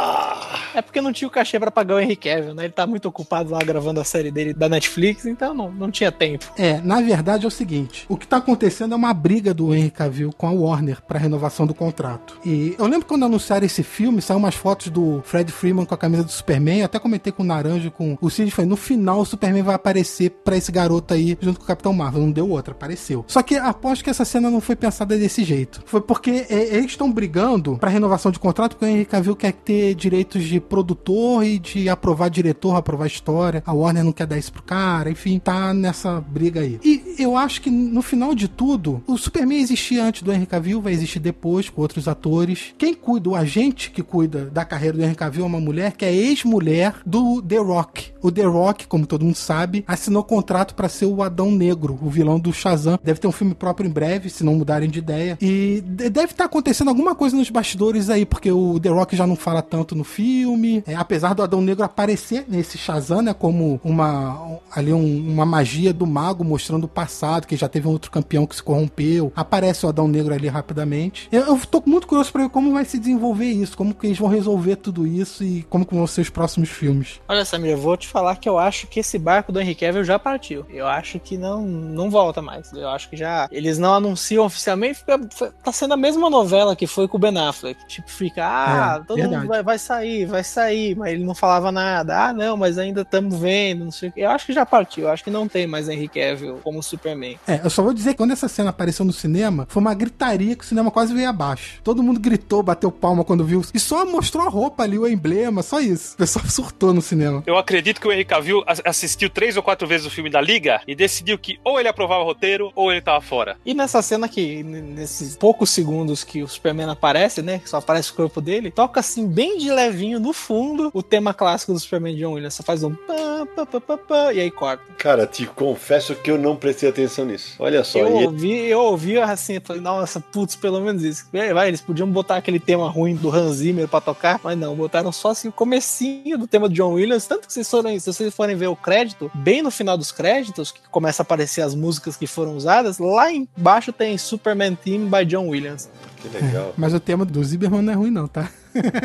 É porque não tinha o cachê pra pagar o Henry Cavill, né? Ele tá muito ocupado lá gravando a série dele da Netflix, então não tinha tempo. Na verdade é o seguinte, o que tá acontecendo é uma briga do Henry Cavill com a Warner pra renovação do contrato. E eu lembro quando anunciaram esse filme, saiu umas fotos do Fred Freeman com a camisa do Superman, eu até comentei com o Naranjo, com o Cid, foi no final o Superman vai aparecer pra esse garoto aí, junto com o Capitão Marvel, não deu outra, apareceu. Só que aposto que essa cena não foi pensada desse jeito. Foi porque eles estão brigando pra renovação de contrato, porque o Henry Cavill quer ter direitos de produtor e de aprovar diretor, aprovar história. A Warner não quer dar isso pro cara, enfim, tá nessa briga aí. E eu acho que no final de tudo, o Superman existia antes do Henry Cavill, vai existir depois com outros atores. Quem cuida, o agente que cuida da carreira do Henry Cavill é uma mulher que é ex-mulher do The Rock. O The Rock, como todo mundo sabe, assinou contrato pra ser o Adão Negro, o vilão do Shazam. Deve ter um filme próprio em breve, se não mudarem de ideia. E deve estar acontecendo alguma coisa nos bastidores aí, porque o The Rock já não fala tanto no filme. Apesar do Adão Negro aparecer nesse Shazam, né, como uma magia do mago mostrando o passado, que já teve um outro campeão que se corrompeu. Aparece o Adão Negro ali rapidamente. Eu tô muito curioso pra ver como vai se desenvolver isso, como que eles vão resolver tudo isso e como que vão ser os próximos filmes. Olha, Samir, eu vou te falar que eu acho que esse barco do Henry Cavill já partiu. Eu acho que não volta mais. Eu acho que já... Eles não anunciam oficialmente, tá sendo a mesma novela que foi com o Ben Affleck. Tipo, fica, todo mundo vai sair, mas ele não falava nada. Não, mas ainda estamos vendo, não sei o que. Eu acho que já partiu. Eu acho que não tem mais Henry Cavill como Superman. Superman. Eu só vou dizer que quando essa cena apareceu no cinema, foi uma gritaria que o cinema quase veio abaixo. Todo mundo gritou, bateu palma quando viu. E só mostrou a roupa ali, o emblema, só isso. O pessoal surtou no cinema. Eu acredito que o Henry Cavill assistiu 3 ou 4 vezes o filme da Liga e decidiu que ou ele aprovava o roteiro ou ele tava fora. E nessa cena que, nesses poucos segundos que o Superman aparece, né, que só aparece o corpo dele, toca assim bem de levinho no fundo o tema clássico do Superman de John Williams. Só faz um pá, pá, pá, pá, pá, e aí corta. Cara, te confesso que eu não prestei atenção nisso. Olha só. Eu ouvi assim, falei, nossa, putz, pelo menos isso. Eles podiam botar aquele tema ruim do Hans Zimmer pra tocar, mas não, botaram só assim o comecinho do tema do John Williams, tanto que se vocês forem ver o crédito, bem no final dos créditos, que começa a aparecer as músicas que foram usadas, lá embaixo tem Superman Theme by John Williams. Que legal. Mas o tema do Zimmerman não é ruim não, tá?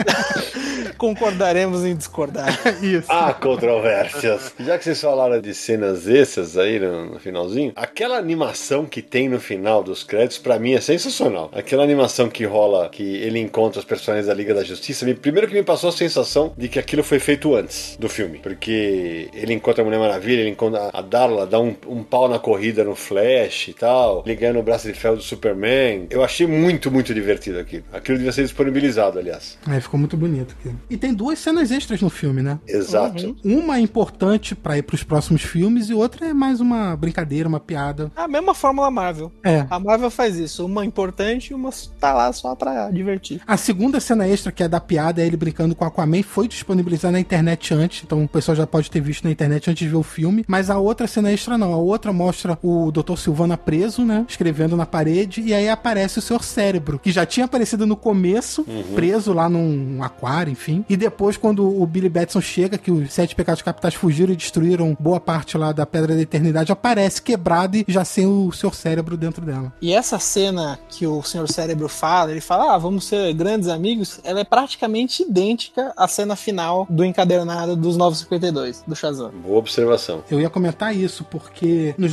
Concordaremos em discordar. Isso. Ah, controvérsias. Já que vocês falaram de cenas essas aí no finalzinho, aquela animação que tem no final dos créditos, pra mim é sensacional. Aquela animação que rola, que ele encontra os personagens da Liga da Justiça, primeiro que me passou a sensação de que aquilo foi feito antes do filme, porque ele encontra a Mulher Maravilha, ele encontra a Darla, dá um pau na corrida no Flash e tal, ele ganha no braço de ferro do Superman. Eu achei muito, muito divertido aquilo. Aquilo devia ser disponibilizado, aliás. Ficou muito bonito aqui. E tem 2 cenas extras no filme, né? Exato. Uma é importante pra ir pros próximos filmes e outra é mais uma brincadeira, uma piada. A mesma fórmula Marvel. A Marvel faz isso. Uma importante e uma tá lá só pra divertir. A segunda cena extra, que é da piada, é ele brincando com o Aquaman, foi disponibilizada na internet antes, então o pessoal já pode ter visto na internet antes de ver o filme, mas a outra cena extra não. A outra mostra o Dr. Sivana preso, né? Escrevendo na parede, e aí aparece o Sr. Cérebro, que já tinha aparecido no começo, preso lá num aquário, enfim. E depois, quando o Billy Batson chega, que os 7 pecados capitais fugiram e destruíram boa parte lá da Pedra da Eternidade, aparece quebrado e já sem o Sr. Cérebro dentro dela. E essa cena que o Sr. Cérebro fala, ele fala, vamos ser grandes amigos, ela é praticamente idêntica à cena final do encadernado dos 952, do Shazam. Boa observação. Eu ia comentar isso, porque nos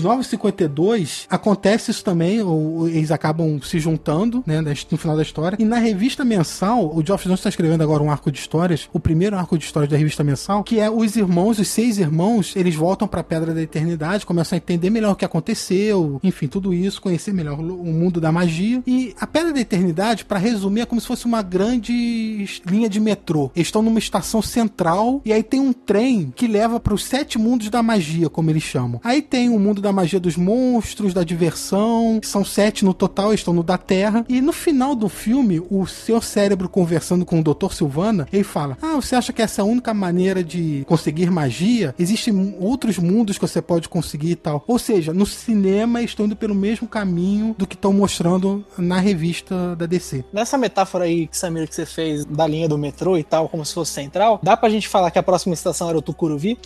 952 acontece isso também, eles acabam se juntando, né, no final da história, e na revista mensal, o Geoff Johns está escrevendo agora um arco de histórias, o primeiro arco de histórias da revista mensal, que é os 6 irmãos, eles voltam pra Pedra da Eternidade, começam a entender melhor o que aconteceu, enfim, tudo isso, conhecer melhor o mundo da magia. E a Pedra da Eternidade, pra resumir, é como se fosse uma grande linha de metrô. Eles estão numa estação central e aí tem um trem que leva pros 7 mundos da magia, como eles chamam. Aí tem o mundo da magia dos monstros, da diversão, são 7 no total, eles estão no da Terra. E no final do filme, o Sr. Cérebro conversando com o Dr. Sivana, ele fala, você acha que essa é a única maneira de conseguir magia? Existem outros mundos que você pode conseguir e tal. Ou seja, no cinema estão indo pelo mesmo caminho do que estão mostrando na revista da DC. Nessa metáfora aí, Samir, que você fez da linha do metrô e tal, como se fosse central, dá pra gente falar que a próxima estação era o Tucuruvi?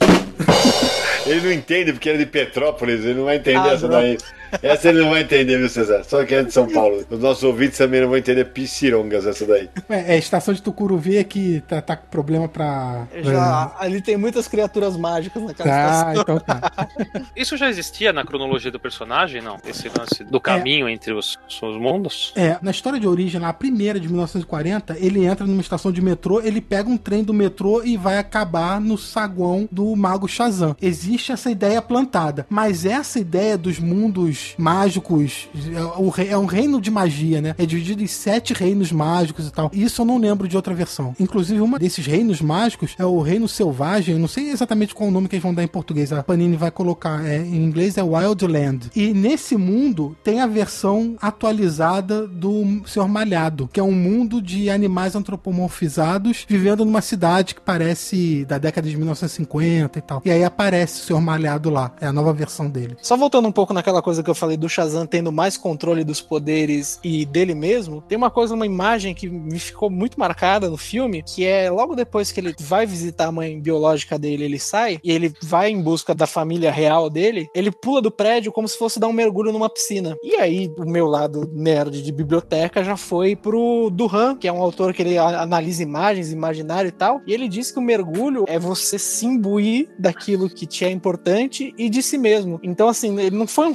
Ele não entende porque ele é de Petrópolis, ele não vai entender essa daí. Essa ele não vai entender, viu, César? Só que é de São Paulo. Os nossos ouvintes também não vão entender piscirongas essa daí. A estação de Tucuruvi é que tá com problema pra... Ali tem muitas criaturas mágicas naquela estação. Então tá. Isso já existia na cronologia do personagem, não? Esse lance do caminho entre os mundos? Na história de origem, lá, a primeira de 1940, ele entra numa estação de metrô, ele pega um trem do metrô e vai acabar no saguão do Mago Shazam. Existe essa ideia plantada, mas essa ideia dos mundos mágicos é um reino de magia, né? É dividido em 7 reinos mágicos e tal. Isso eu não lembro de outra versão. Inclusive, uma desses reinos mágicos é o Reino Selvagem. Eu não sei exatamente qual o nome que eles vão dar em português. A Panini vai colocar. Em inglês é Wildland. E nesse mundo tem a versão atualizada do Senhor Malhado, que é um mundo de animais antropomorfizados vivendo numa cidade que parece da década de 1950 e tal. E aí aparece o Senhor Malhado lá. É a nova versão dele. Só voltando um pouco naquela coisa que eu falei do Shazam tendo mais controle dos poderes e dele mesmo, tem uma imagem que me ficou muito marcada no filme, que é logo depois que ele vai visitar a mãe biológica dele, ele sai, e ele vai em busca da família real dele, ele pula do prédio como se fosse dar um mergulho numa piscina. E aí, o meu lado nerd de biblioteca já foi pro Duran, que é um autor que ele analisa imagens, imaginário e tal, e ele diz que o mergulho é você se imbuir daquilo que te é importante e de si mesmo. Então, assim, ele não foi um salto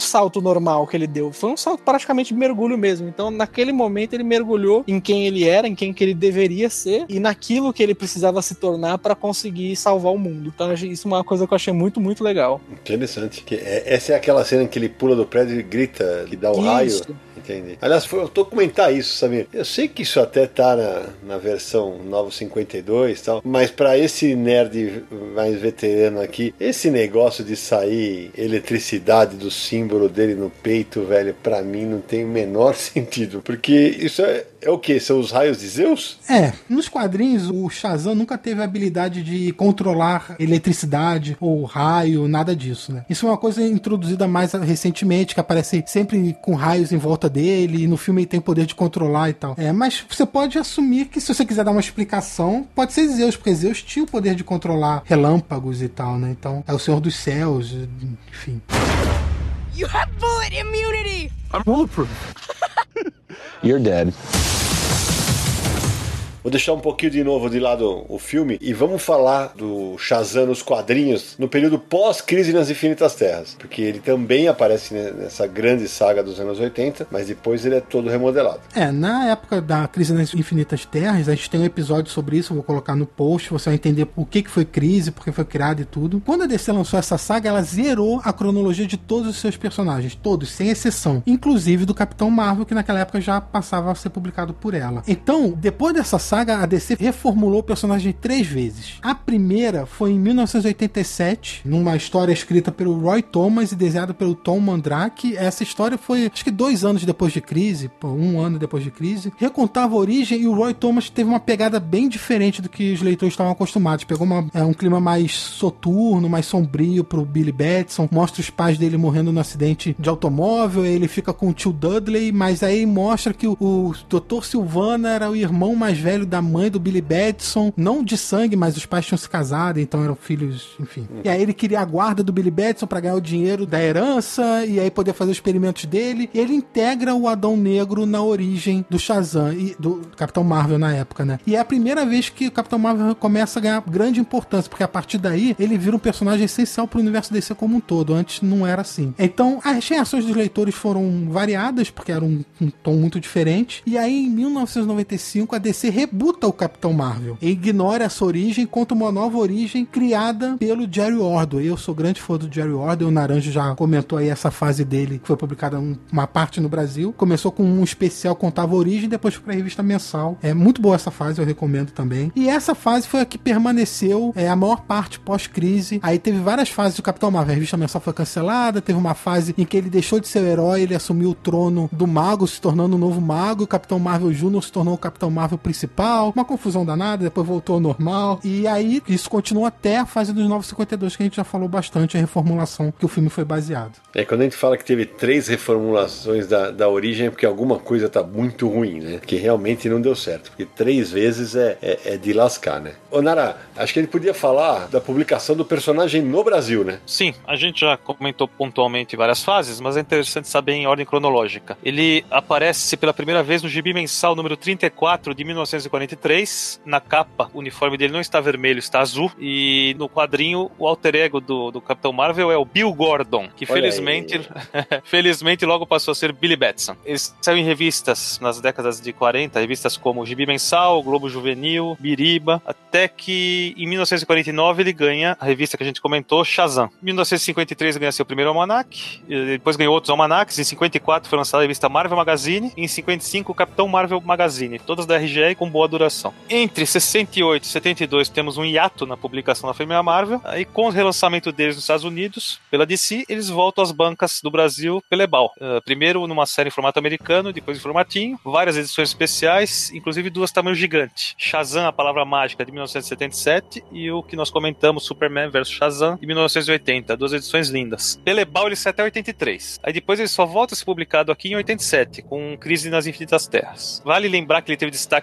normal que ele deu. Foi um salto praticamente de mergulho mesmo. Então, naquele momento, ele mergulhou em quem ele era, em quem que ele deveria ser e naquilo que ele precisava se tornar para conseguir salvar o mundo. Então, isso é uma coisa que eu achei muito, muito legal. Interessante. Essa é aquela cena em que ele pula do prédio e grita, que dá o raio. Entendi. Aliás, eu tô comentar isso, Samir. Eu sei que isso até tá na versão 952 e tal, mas pra esse nerd mais veterano aqui, esse negócio de sair eletricidade do símbolo dele no peito, velho, pra mim não tem o menor sentido. Porque isso é o quê? São os raios de Zeus? Nos quadrinhos, o Shazam nunca teve a habilidade de controlar eletricidade ou raio, nada disso, né? Isso é uma coisa introduzida mais recentemente, que aparece sempre com raios em volta dele, e no filme ele tem o poder de controlar e tal. Mas você pode assumir que, se você quiser dar uma explicação, pode ser Zeus, porque Zeus tinha o poder de controlar relâmpagos e tal, né? Então, é o Senhor dos Céus, enfim. You have bullet immunity! I'm bulletproof. You're dead. Vou deixar um pouquinho de novo de lado o filme e vamos falar do Shazam nos quadrinhos no período pós-Crise nas Infinitas Terras, porque ele também aparece nessa grande saga dos anos 80, mas depois ele é todo remodelado. Na época da Crise nas Infinitas Terras, a gente tem um episódio sobre isso, eu vou colocar no post, você vai entender o que foi crise, por que foi criado e tudo. Quando a DC lançou essa saga, ela zerou a cronologia de todos os seus personagens, todos, sem exceção, inclusive do Capitão Marvel, que naquela época já passava a ser publicado por ela. Então, depois dessa saga, a DC reformulou o personagem 3 vezes. A primeira foi em 1987, numa história escrita pelo Roy Thomas e desenhada pelo Tom Mandrake. Essa história foi, acho que 2 anos depois de Crise, 1 ano depois de Crise. Recontava a origem e o Roy Thomas teve uma pegada bem diferente do que os leitores estavam acostumados. Pegou um clima mais soturno, mais sombrio pro Billy Batson. Mostra os pais dele morrendo no acidente de automóvel, ele fica com o tio Dudley, mas aí mostra que o Dr. Sylvana era o irmão mais velho da mãe do Billy Batson, não de sangue, mas os pais tinham se casado, então eram filhos, enfim. E aí ele queria a guarda do Billy Batson pra ganhar o dinheiro da herança, e aí poder fazer os experimentos dele, e ele integra o Adão Negro na origem do Shazam, e do Capitão Marvel na época, né? E é a primeira vez que o Capitão Marvel começa a ganhar grande importância, porque a partir daí ele vira um personagem essencial pro universo DC como um todo, antes não era assim. Então, as reações dos leitores foram variadas, porque era um tom muito diferente, e aí em 1995 a DC rebuta o Capitão Marvel e ignora essa origem e conta uma nova origem criada pelo Jerry Ordway. Eu sou grande fã do Jerry Ordway, o Naranjo já comentou aí essa fase dele, que foi publicada uma parte no Brasil. Começou com um especial, contava a origem, depois foi pra revista mensal. É muito boa essa fase, eu recomendo também. E essa fase foi a que permaneceu a maior parte pós-crise. Aí teve várias fases do Capitão Marvel. A revista mensal foi cancelada, teve uma fase em que ele deixou de ser o herói, ele assumiu o trono do mago, se tornando o novo mago, o Capitão Marvel Jr. se tornou o Capitão Marvel principal, uma confusão danada, depois voltou ao normal, e aí isso continua até a fase dos 952, que a gente já falou bastante, a reformulação que o filme foi baseado. Quando a gente fala que teve 3 reformulações da origem, é porque alguma coisa tá muito ruim, né? Que realmente não deu certo, porque 3 vezes é de lascar, né? Ô Nara, acho que ele podia falar da publicação do personagem no Brasil, né? Sim, a gente já comentou pontualmente várias fases, mas é interessante saber em ordem cronológica. Ele aparece pela primeira vez no gibi mensal número 34 de 1943. Na capa, o uniforme dele não está vermelho, está azul. E no quadrinho, o alter ego do Capitão Marvel é o Bill Gordon, que felizmente logo passou a ser Billy Batson. Ele saiu em revistas nas décadas de 40, revistas como Gibi Mensal, Globo Juvenil, Biriba, até que em 1949 ele ganha a revista que a gente comentou, Shazam. Em 1953 ganha seu primeiro almanac, depois ganhou outros almanacs. Em 54 foi lançada a revista Marvel Magazine, e em 55 o Capitão Marvel Magazine, todas da RGE com boa duração. Entre 68 e 72 temos um hiato na publicação da família Marvel, aí com o relançamento deles nos Estados Unidos pela DC, eles voltam às bancas do Brasil pela Ebal. Primeiro numa série em formato americano, depois em formatinho, várias edições especiais, inclusive 2 tamanho gigante. Shazam, a palavra mágica, de 1977, e o que nós comentamos, Superman vs Shazam, de 1980, 2 edições lindas. Pela Ebal ele sai até 83. Aí depois ele só volta a ser publicado aqui em 87, com Crise nas Infinitas Terras. Vale lembrar que ele teve destaque na minissérie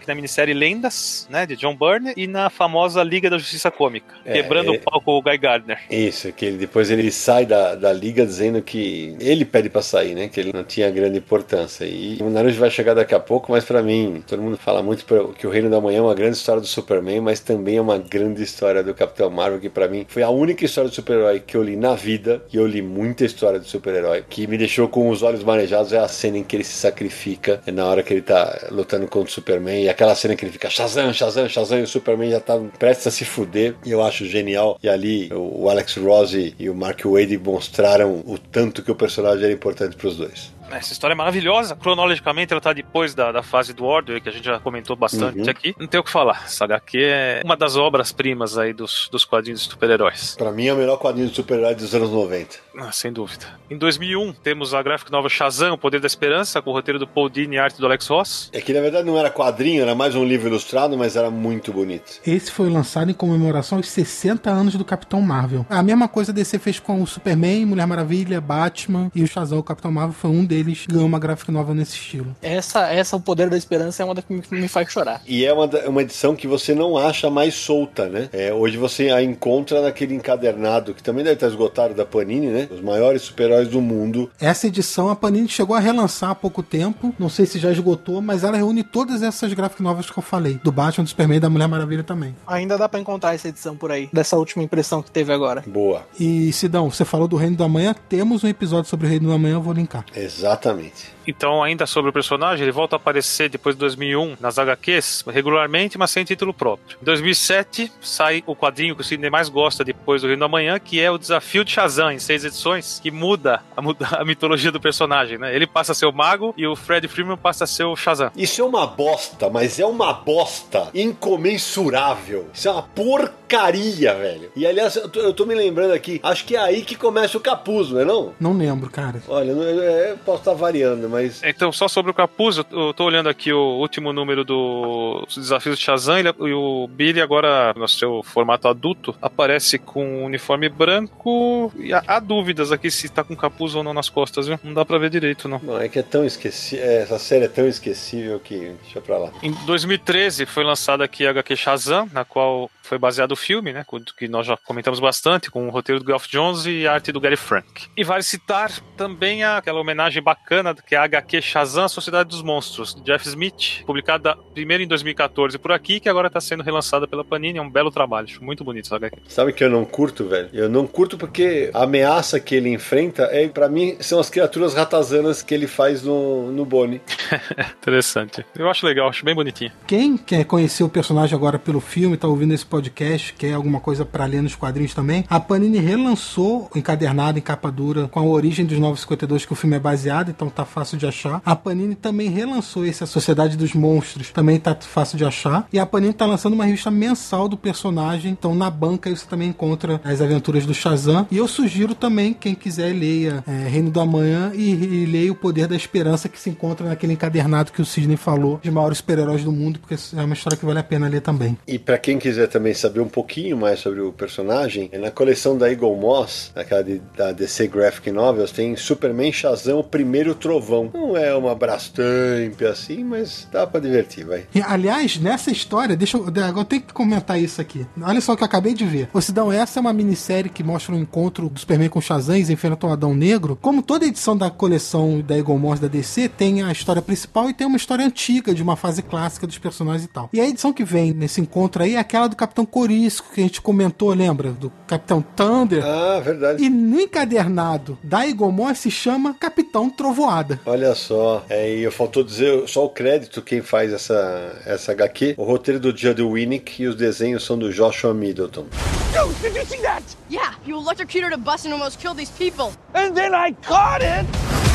série Lendas, né, de John Byrne, e na famosa Liga da Justiça Cômica, quebrando o pau com o Guy Gardner. Isso, que depois ele sai da Liga dizendo que ele pede pra sair, né, que ele não tinha grande importância. E o Naruto vai chegar daqui a pouco, mas pra mim, todo mundo fala muito que o Reino da Manhã é uma grande história do Superman, mas também é uma grande história do Capitão Marvel, que pra mim foi a única história do super-herói que eu li na vida, e eu li muita história do super-herói, que me deixou com os olhos marejados, é a cena em que ele se sacrifica, na hora que ele tá lutando contra o Superman, e aquela cena que ele fica Shazam, Shazam, Shazam, e o Superman já tá prestes a se fuder, e eu acho genial. E ali o Alex Ross e o Mark Waid mostraram o tanto que o personagem era importante pros dois. Essa história é maravilhosa. Cronologicamente, ela tá depois da fase do Order, que a gente já comentou bastante aqui. Não tem o que falar. Essa HQ é uma das obras-primas aí dos quadrinhos de super-heróis. Pra mim, é o melhor quadrinho de super-herói dos anos 90. Sem dúvida. Em 2001, temos a graphic novel Shazam, O Poder da Esperança, com o roteiro do Paul Dini e arte do Alex Ross. É que, na verdade, não era quadrinho, era mais um livro ilustrado, mas era muito bonito. Esse foi lançado em comemoração aos 60 anos do Capitão Marvel. A mesma coisa a DC fez com o Superman, Mulher Maravilha, Batman e o Shazam. O Capitão Marvel foi um deles, ganhou uma graphic novel nesse estilo. Essa O Poder da Esperança é uma das que me faz chorar. E é uma edição que você não acha mais solta, né? Hoje você a encontra naquele encadernado, que também deve estar esgotado da Panini, né? Os maiores super-heróis do mundo. Essa edição a Panini chegou a relançar há pouco tempo, não sei se já esgotou, mas ela reúne todas essas graphic novels que eu falei, do Batman, do Superman e da Mulher Maravilha também. Ainda dá pra encontrar essa edição por aí, dessa última impressão que teve agora. Boa. E Sidão, você falou do Reino da Manhã, temos um episódio sobre o Reino da Manhã, eu vou linkar. Exatamente. Então, ainda sobre o personagem, ele volta a aparecer depois de 2001 nas HQs, regularmente, mas sem título próprio. Em 2007, sai o quadrinho que o Sidney mais gosta depois do Reino da Manhã, que é o Desafio de Shazam, em 6 edições, que muda a mitologia do personagem, né? Ele passa a ser o mago e o Fred Freeman passa a ser o Shazam. Isso é uma bosta, mas é uma bosta incomensurável. Isso é uma porcaria, velho. E, aliás, eu tô me lembrando aqui, acho que é aí que começa o Capuz, não é não? Não lembro, cara. Olha, eu posso estar variando, mas... Então, só sobre o Capuz, eu tô olhando aqui o último número dos Desafios de Shazam, e o Billy agora, no seu formato adulto, aparece com um uniforme branco, e há dúvidas aqui se tá com capuz ou não nas costas, viu? Não dá pra ver direito, não. Não, é que é tão esquecível, essa série é tão esquecível que deixa pra lá. Em 2013 foi lançada aqui a HQ Shazam, na qual foi baseado o filme, né, que nós já comentamos bastante, com o roteiro do Geoff Johns e a arte do Gary Frank. E vale citar também aquela homenagem bacana, que é a HQ Shazam, A Sociedade dos Monstros, de Jeff Smith, publicada primeiro em 2014 por aqui, que agora está sendo relançada pela Panini. É um belo trabalho, acho muito bonito essa HQ. Sabe que eu não curto, velho? Eu não curto porque a ameaça que ele enfrenta, pra mim, são as criaturas ratazanas que ele faz no Bonnie. Interessante. Eu acho legal, acho bem bonitinho. Quem quer conhecer o personagem agora pelo filme, tá ouvindo esse podcast, quer alguma coisa pra ler nos quadrinhos também, a Panini relançou o encadernado em capa dura com a origem dos 952 que o filme é baseado, então tá fácil de achar. A Panini também relançou esse A Sociedade dos Monstros, também tá fácil de achar. E a Panini tá lançando uma revista mensal do personagem, então na banca você também encontra as aventuras do Shazam. E eu sugiro também, quem quiser, leia Reino da Manhã e leia O Poder da Esperança, que se encontra naquele encadernado que o Sidney falou, de maiores super-heróis do mundo, porque é uma história que vale a pena ler também. E pra quem quiser também saber um pouquinho mais sobre o personagem, na coleção da Eagle Moss, aquela da DC Graphic Novels, tem Superman Shazam, o Primeiro Trovão. Não é uma Brastemp assim, mas dá pra divertir, vai. E, aliás, nessa história, agora eu tenho que comentar isso aqui. Olha só o que eu acabei de ver. Ô Sidão, essa é uma minissérie que mostra o encontro do Superman com Shazam, eles enfrentam o Adão Negro. Como toda edição da coleção da Eagle Moss da DC, tem a história principal e tem uma história antiga, de uma fase clássica dos personagens e tal. E a edição que vem nesse encontro aí é aquela do Capitão Corisco, que a gente comentou, lembra? Do Capitão Thunder. Ah, verdade. E no encadernado da Eagle Moss se chama Capitão Trovoada. Olha só, e faltou dizer só o crédito quem faz essa HQ. O roteiro do Judd Winnick e os desenhos são do Joshua Middleton. Dude, did you see that? Yeah, you electrocuted a bus and almost killed these people. And then I caught it!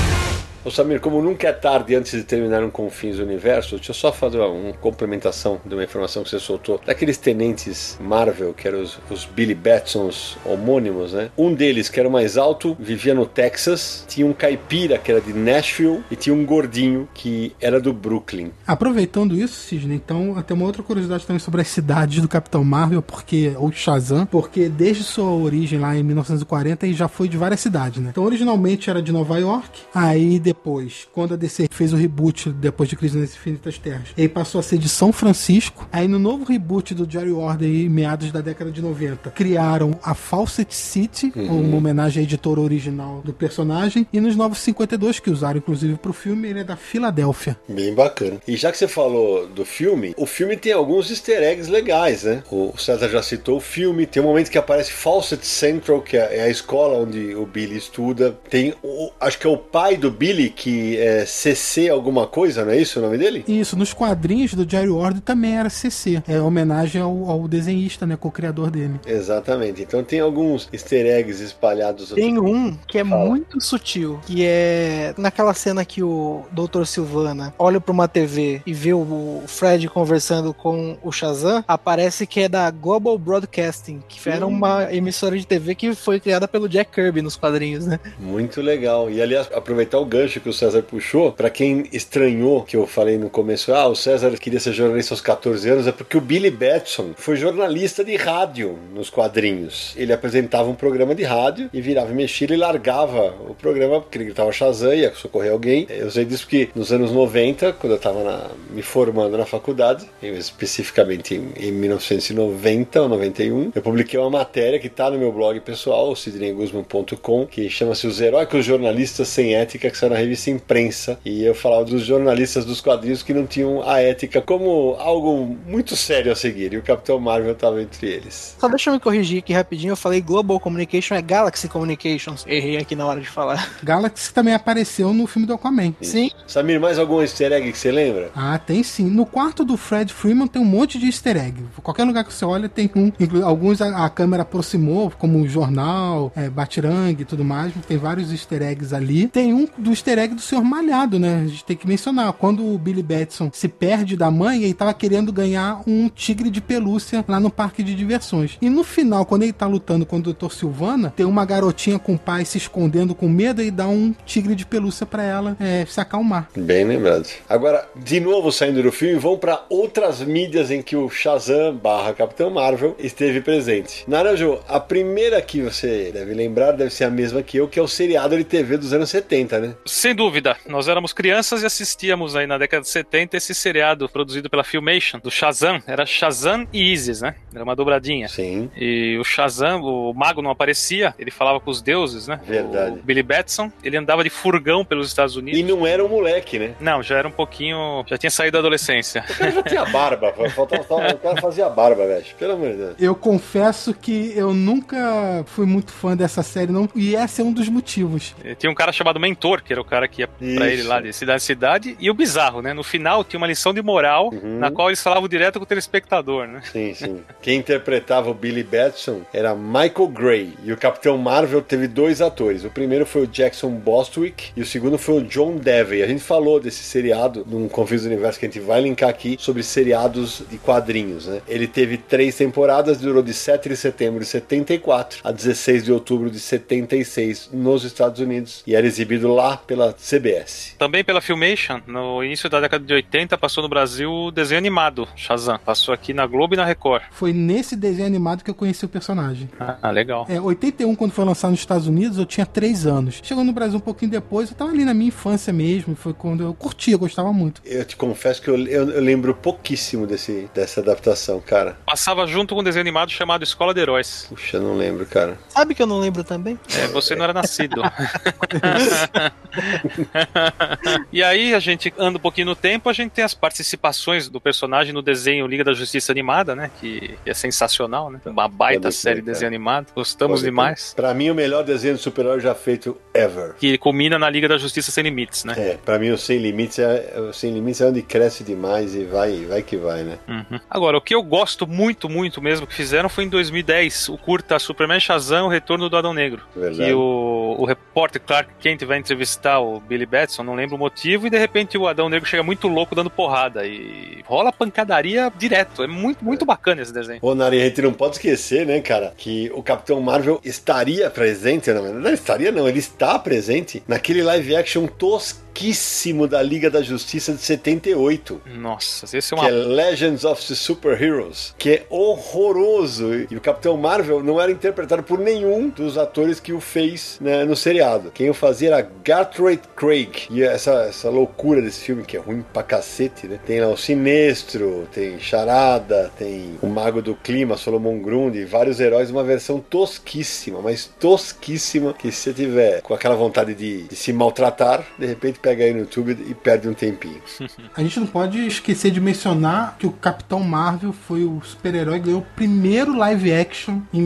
Ô Samir, como nunca é tarde antes de terminar um Confins do Universo, deixa eu só fazer uma complementação de uma informação que você soltou. Daqueles tenentes Marvel, que eram os Billy Batsons homônimos, né? Um deles, que era o mais alto, vivia no Texas, tinha um caipira, que era de Nashville, e tinha um gordinho, que era do Brooklyn. Aproveitando isso, Sidney, então, tem uma outra curiosidade também sobre as cidades do Capitão Marvel, ou Shazam, porque desde sua origem lá em 1940, ele já foi de várias cidades, né? Então, originalmente era de Nova York, aí depois depois, quando a DC fez o reboot depois de Crise nas Infinitas Terras, ele passou a ser de São Francisco. Aí no novo reboot do Jerry Order, em meados da década de 90, criaram a Fawcett City, uma homenagem à editora original do personagem, e nos Novos 52, que usaram inclusive pro filme, ele é da Filadélfia. Bem bacana. E já que você falou do filme, o filme tem alguns easter eggs legais, né? O César já citou o filme, tem um momento que aparece Fawcett Central, que é a escola onde o Billy estuda. Tem, acho que é o pai do Billy, que é CC alguma coisa, não é isso o nome dele? Isso, nos quadrinhos do Jerry Order também era CC. É homenagem ao desenhista, né? Co-criador dele. Exatamente. Então tem alguns easter eggs espalhados. Tem um que é muito sutil, que é naquela cena que o Dr. Silvana olha pra uma TV e vê o Fred conversando com o Shazam, aparece que é da Global Broadcasting, que era uma emissora de TV que foi criada pelo Jack Kirby nos quadrinhos, né? Muito legal. E aliás, aproveitar o gancho que o César puxou, pra quem estranhou que eu falei no começo, o César queria ser jornalista aos 14 anos, é porque o Billy Batson foi jornalista de rádio nos quadrinhos. Ele apresentava um programa de rádio e virava e mexia, ele largava o programa porque ele gritava Shazam, ia socorrer alguém. Eu sei disso porque nos anos 90, quando eu tava me formando na faculdade, especificamente em 1990 ou 91, eu publiquei uma matéria que tá no meu blog pessoal, sidneyguzman.com, que chama-se Os Heróicos Jornalistas Sem Ética, que saiu na revista Imprensa, e eu falava dos jornalistas dos quadrinhos que não tinham a ética como algo muito sério a seguir, e o Capitão Marvel estava entre eles. Só deixa eu me corrigir aqui rapidinho, eu falei Global Communication, é Galaxy Communications, errei aqui na hora de falar. Galaxy também apareceu no filme do Aquaman. Isso. Sim. Samir, mais algum easter egg que você lembra? Ah, tem sim. No quarto do Fred Freeman tem um monte de easter egg. Qualquer lugar que você olha tem um. Alguns a câmera aproximou, como o jornal, Batirangue e tudo mais. Tem vários easter eggs ali. Tem um do easter egg do Senhor Malhado, né? A gente tem que mencionar. Quando o Billy Batson se perde da mãe, ele tava querendo ganhar um tigre de pelúcia lá no parque de diversões. E no final, quando ele tá lutando com o Dr. Silvana, tem uma garotinha com o pai se escondendo com medo e dá um tigre de pelúcia pra ela se acalmar. Bem lembrado. Agora, de novo saindo do filme, vão pra outras mídias em que o Shazam / Capitão Marvel esteve presente. Naranjo, a primeira que você deve lembrar deve ser a mesma que eu, que é o seriado de TV dos anos 70, né? Sem dúvida. Nós éramos crianças e assistíamos aí na década de 70 esse seriado produzido pela Filmation, do Shazam. Era Shazam e Isis, né? Era uma dobradinha. Sim. E o Shazam, o mago não aparecia, ele falava com os deuses, né? Verdade. O Billy Batson, ele andava de furgão pelos Estados Unidos. E não era um moleque, né? Não, já era um pouquinho... Já tinha saído da adolescência. O cara já tinha barba. O cara fazia barba, velho. Pelo amor de Deus. Eu confesso que eu nunca fui muito fã dessa série, não, e esse é um dos motivos. Tinha um cara chamado Mentor, que era o cara que ia pra ele lá de cidade em cidade, e o bizarro, né? No final tinha uma lição de moral, na qual eles falavam direto com o telespectador, né? Sim, sim. Quem interpretava o Billy Batson era Michael Gray, e o Capitão Marvel teve 2 atores. O primeiro foi o Jackson Bostwick, e o segundo foi o John Devey. A gente falou desse seriado num Confins do Universo que a gente vai linkar aqui sobre seriados de quadrinhos, né? Ele teve 3 temporadas, durou de 7 de setembro de 74 a 16 de outubro de 76 nos Estados Unidos, e era exibido lá pela CBS. Também pela Filmation, no início da década de 80, passou no Brasil o desenho animado Shazam. Passou aqui na Globo e na Record. Foi nesse desenho animado que eu conheci o personagem. Ah, legal. 81, quando foi lançado nos Estados Unidos, eu tinha 3 anos. Chegou no Brasil um pouquinho depois, eu tava ali na minha infância mesmo, foi quando eu curtia, gostava muito. Eu te confesso que eu lembro pouquíssimo dessa adaptação, cara. Passava junto com um desenho animado chamado Escola de Heróis. Puxa, eu não lembro, cara. Sabe que eu não lembro também? Você não era nascido. E aí a gente anda um pouquinho no tempo, a gente tem as participações do personagem no desenho Liga da Justiça Animada, né? Que é sensacional, né? Uma baita série de desenho animado. Gostamos demais. Pra mim, o melhor desenho de super-herói já feito ever. Que culmina na Liga da Justiça Sem Limites, né? Pra mim o Sem Limites é onde cresce demais e vai que vai, né? Uhum. Agora, o que eu gosto muito, muito mesmo que fizeram foi em 2010, o curta Superman Shazam, o Retorno do Adão Negro. Verdade. E o repórter Clark Kent vai entrevistar o Billy Batson, não lembro o motivo, e de repente o Adão Negro chega muito louco dando porrada e rola pancadaria direto. É muito, muito bacana esse desenho. Ô, Nari, a gente não pode esquecer, né, cara, que o Capitão Marvel estaria presente, não estaria não, ele está presente naquele live action tosquíssimo tosquíssimo da Liga da Justiça de 78. Nossa, esse é Que é Legends of the Super Heroes, que é horroroso. E o Capitão Marvel não era interpretado por nenhum dos atores que o fez, né, no seriado. Quem o fazia era Garthwaite Craig. E essa loucura desse filme, que é ruim pra cacete, né? Tem lá o Sinestro, tem Charada, tem o Mago do Clima, Solomon Grundy, vários heróis, uma versão tosquíssima, mas tosquíssima, que se você tiver com aquela vontade de se maltratar, de repente pega aí no YouTube e perde um tempinho. A gente não pode esquecer de mencionar que o Capitão Marvel foi o super-herói que ganhou o primeiro live action em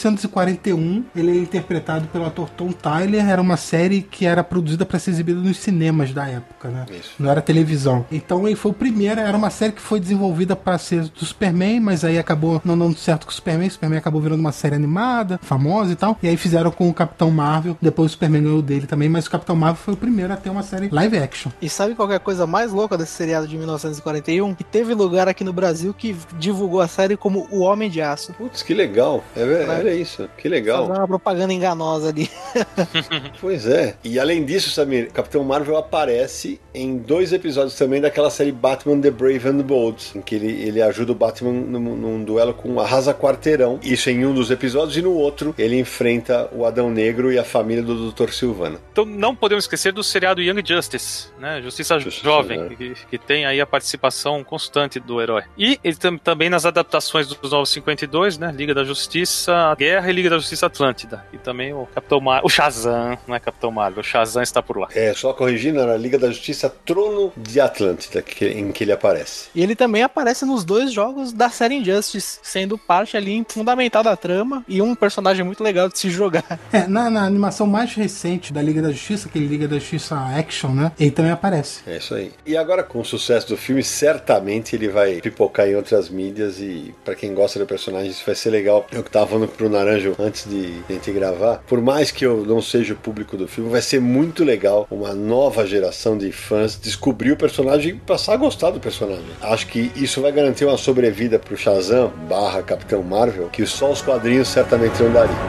1941. Ele é interpretado pelo ator Tom Tyler. Era uma série que era produzida para ser exibida nos cinemas da época, né? Isso. Não era televisão. Então ele foi o primeiro. Era uma série que foi desenvolvida para ser do Superman, mas aí acabou não dando certo com o Superman. O Superman acabou virando uma série animada, famosa e tal. E aí fizeram com o Capitão Marvel. Depois o Superman ganhou dele também, mas o Capitão Marvel foi o primeiro a ter uma série live action. E sabe qual que é a coisa mais louca desse seriado de 1941? Que teve lugar aqui no Brasil que divulgou a série como O Homem de Aço. Putz, que legal. Era isso. Que legal. Fazer uma propaganda enganosa ali. Pois é. E além disso, Samir, Capitão Marvel aparece em 2 episódios também daquela série Batman The Brave and the Bold, em que ele ajuda o Batman num duelo com o Arrasa Quarteirão. Isso em um dos episódios, e no outro ele enfrenta o Adão Negro e a família do Dr. Silvana. Então não podemos esquecer do seriado Young Justice, né? Justiça Jovem, que tem aí a participação constante do herói. E ele também nas adaptações dos Novos 52, né? Liga da Justiça Guerra e Liga da Justiça Atlântida. E também o Capitão Marvel, o Shazam, não é Capitão Marvel, o Shazam está por lá. É, só corrigindo, era a Liga da Justiça Trono de Atlântida, em que ele aparece. E ele também aparece nos 2 jogos da série Injustice, sendo parte ali fundamental da trama e um personagem muito legal de se jogar. Na animação mais recente da Liga da Justiça, aquele Liga da Justiça Action, né? Ele também aparece. É isso aí. E agora, com o sucesso do filme, certamente ele vai pipocar em outras mídias, e pra quem gosta do personagem, isso vai ser legal. Eu que tava falando pro Naranjo antes de gente gravar, por mais que eu não seja o público do filme, vai ser muito legal uma nova geração de fãs descobrir o personagem e passar a gostar do personagem. Acho que isso vai garantir uma sobrevida pro Shazam / Capitão Marvel, que só os quadrinhos certamente não dariam.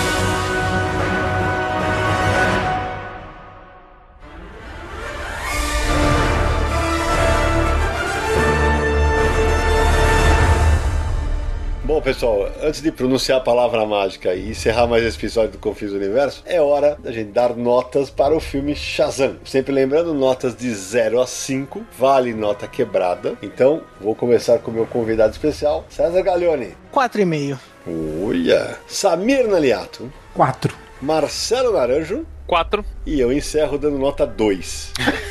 Bom, pessoal, antes de pronunciar a palavra mágica e encerrar mais esse episódio do Confins do Universo, é hora da gente dar notas para o filme Shazam. Sempre lembrando, notas de 0 a 5, vale nota quebrada. Então, vou começar com o meu convidado especial, César Gaglione. 4,5. Olha! Samir Naliato. 4. Marcelo Naranjo. 4. E eu encerro dando nota 2.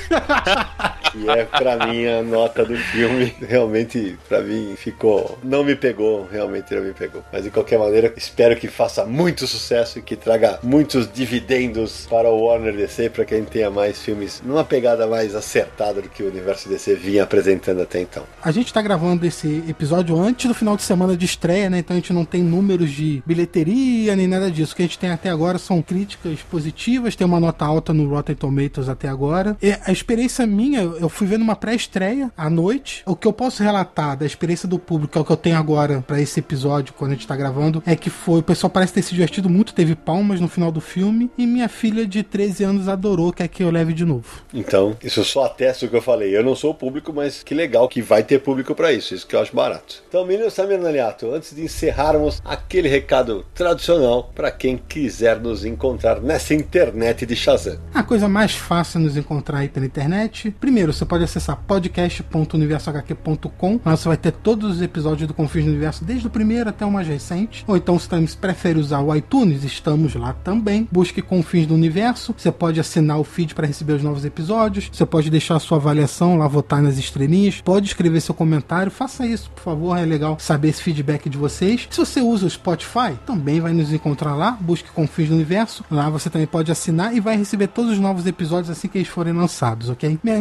Que é pra mim a nota do filme. Realmente, pra mim, ficou... Não me pegou, realmente não me pegou. Mas de qualquer maneira, espero que faça muito sucesso e que traga muitos dividendos para o Warner DC, pra que a gente tenha mais filmes numa pegada mais acertada do que o universo DC vinha apresentando até então. A gente tá gravando esse episódio antes do final de semana de estreia, né? Então a gente não tem números de bilheteria nem nada disso. O que a gente tem até agora são críticas positivas, tem uma nota alta no Rotten Tomatoes até agora. E a experiência minha, eu fui vendo uma pré-estreia à noite. O que eu posso relatar da experiência do público, que é o que eu tenho agora pra esse episódio, quando a gente tá gravando, é que o pessoal parece ter se divertido muito, teve palmas no final do filme, e minha filha de 13 anos adorou, quer que eu leve de novo. Então, isso só atesta o que eu falei. Eu não sou o público, mas que legal que vai ter público pra isso que eu acho barato. Então, menino Samir Naliato, antes de encerrarmos, aquele recado tradicional pra quem quiser nos encontrar nessa internet de Shazam. A coisa mais fácil é nos encontrar aí pela internet. Primeiro, você pode acessar podcast.universohq.com. Lá você vai ter todos os episódios do Confins do Universo, desde o primeiro até o mais recente. Ou então, se você prefere usar o iTunes, estamos lá também. Busque Confins do Universo. Você pode assinar o feed para receber os novos episódios. Você pode deixar a sua avaliação lá, votar nas estrelinhas. Pode escrever seu comentário. Faça isso, por favor. É legal saber esse feedback de vocês. Se você usa o Spotify, também vai nos encontrar lá. Busque Confins do Universo. Lá você também pode assinar e vai receber todos os novos episódios assim que eles forem lançados, ok? Meu e-mail,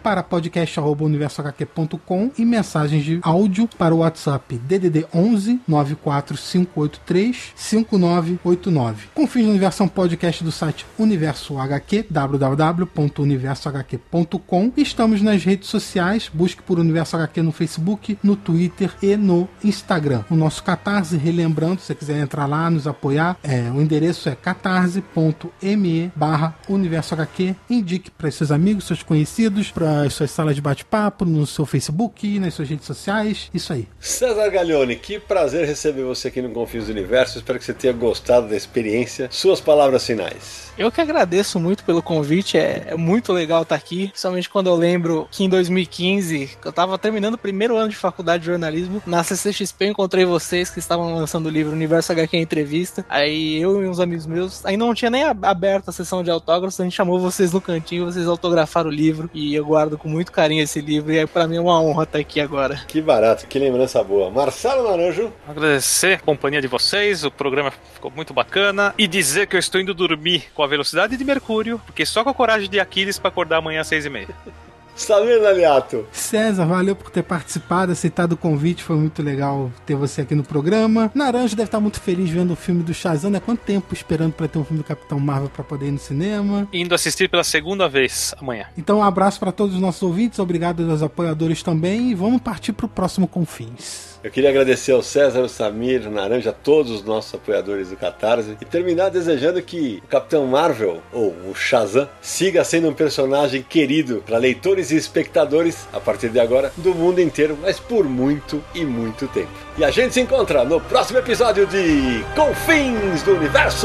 para podcast@universohq.com e mensagens de áudio para o WhatsApp DDD 11 94583 5989. Confins no Universo é um podcast do site Universo HQ, www.universohq.com. Estamos nas redes sociais, busque por Universo HQ no Facebook, no Twitter e no Instagram. O nosso Catarse, relembrando, se você quiser entrar lá, nos apoiar, o endereço é catarse.me/Universo HQ. Indique para seus amigos, seus conhecidos, para as suas salas de bate-papo, no seu Facebook, nas suas redes sociais, isso aí. César Gaglione, que prazer receber você aqui no Confins do Universo. Espero que você tenha gostado da experiência. Suas palavras finais. Eu que agradeço muito pelo convite, é muito legal estar aqui, principalmente quando eu lembro que em 2015, eu estava terminando o primeiro ano de faculdade de jornalismo, na CCXP eu encontrei vocês que estavam lançando o livro Universo HQ Entrevista, aí eu e uns amigos meus, ainda não tinha nem aberto a sessão de autógrafos, a gente chamou vocês no cantinho, vocês autografaram o livro, e eu guardo com muito carinho esse livro, e pra mim é uma honra estar aqui agora. Que barato, que lembrança boa. Marcelo Naranjo. Agradecer a companhia de vocês, o programa ficou muito bacana, e dizer que eu estou indo dormir com a velocidade de Mercúrio, porque só com a coragem de Aquiles para acordar amanhã às 6h30. Samir Naliato. César, valeu por ter participado, aceitado o convite, foi muito legal ter você aqui no programa. Naranjo deve estar muito feliz vendo o filme do Shazam, há quanto tempo esperando para ter um filme do Capitão Marvel para poder ir no cinema? Indo assistir pela segunda vez amanhã. Então um abraço para todos os nossos ouvintes, obrigado aos apoiadores também, e vamos partir para o próximo Confins. Eu queria agradecer ao César, ao Samir, ao Naranja, a todos os nossos apoiadores do Catarse e terminar desejando que o Capitão Marvel, ou o Shazam, siga sendo um personagem querido para leitores e espectadores, a partir de agora, do mundo inteiro, mas por muito e muito tempo. E a gente se encontra no próximo episódio de Confins do Universo!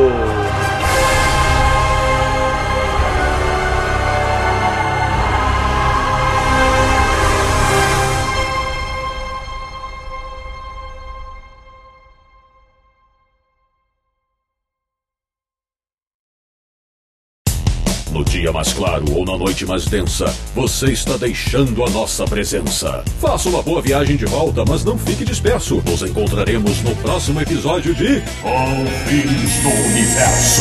No dia mais claro ou na noite mais densa, você está deixando a nossa presença. Faça uma boa viagem de volta, mas não fique disperso. Nos encontraremos no próximo episódio de Confins do Universo.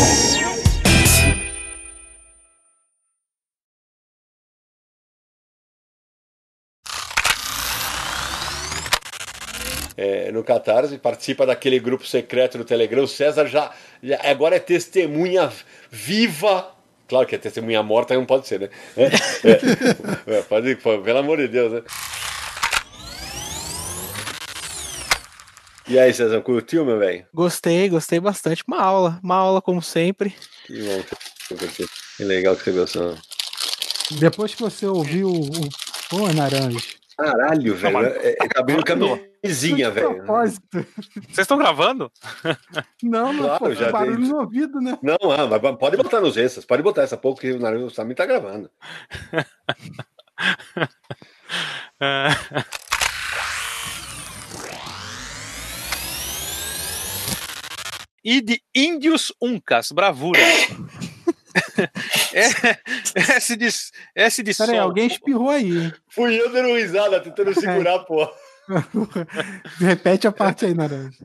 No Catarse, participa daquele grupo secreto do Telegram. O César já agora é testemunha viva. Claro que é testemunha morta, não pode ser, né? Pode, pelo amor de Deus, né? E aí, César, curtiu, meu velho? Gostei bastante. Uma aula como sempre. Que bom, que legal que você gostou. Depois que você ouviu o Naranja. Caralho, velho. Tá abrindo camisinha, velho. Vocês estão gravando? Não, claro, pô, já barulho no ouvido, né? Não, mas pode botar nos extras. Pode botar essa pouco que o Samir tá gravando. E de Índios Uncas, bravura. S de Peraí, alguém espirrou aí. Fui eu dando risada, tentando segurar, pô. Repete a parte aí, Naranja.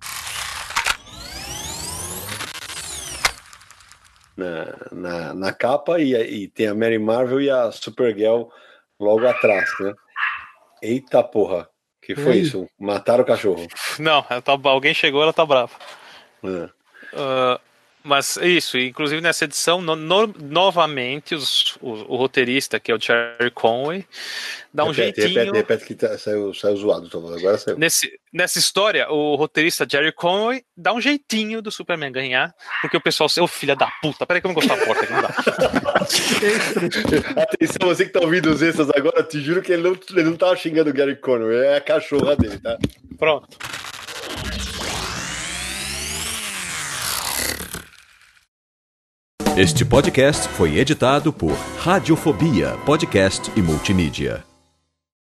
Na capa e tem a Mary Marvel e a Supergirl logo atrás, né? Eita porra, que foi isso? Mataram o cachorro. Não, alguém chegou, ela tá brava. Mas isso, inclusive nessa edição, novamente, o roteirista, que é o Jerry Conway, dá um jeitinho... Repete que saiu zoado, agora saiu. Nessa história, o roteirista Jerry Conway dá um jeitinho do Superman ganhar, porque o pessoal, filha da puta, peraí que eu vou encostar a porta aqui, não dá. Atenção, você que tá ouvindo os extras agora, te juro que ele não tava xingando o Gary Conway, é a cachorra dele, tá? Pronto. Este podcast foi editado por Radiofobia, podcast e multimídia.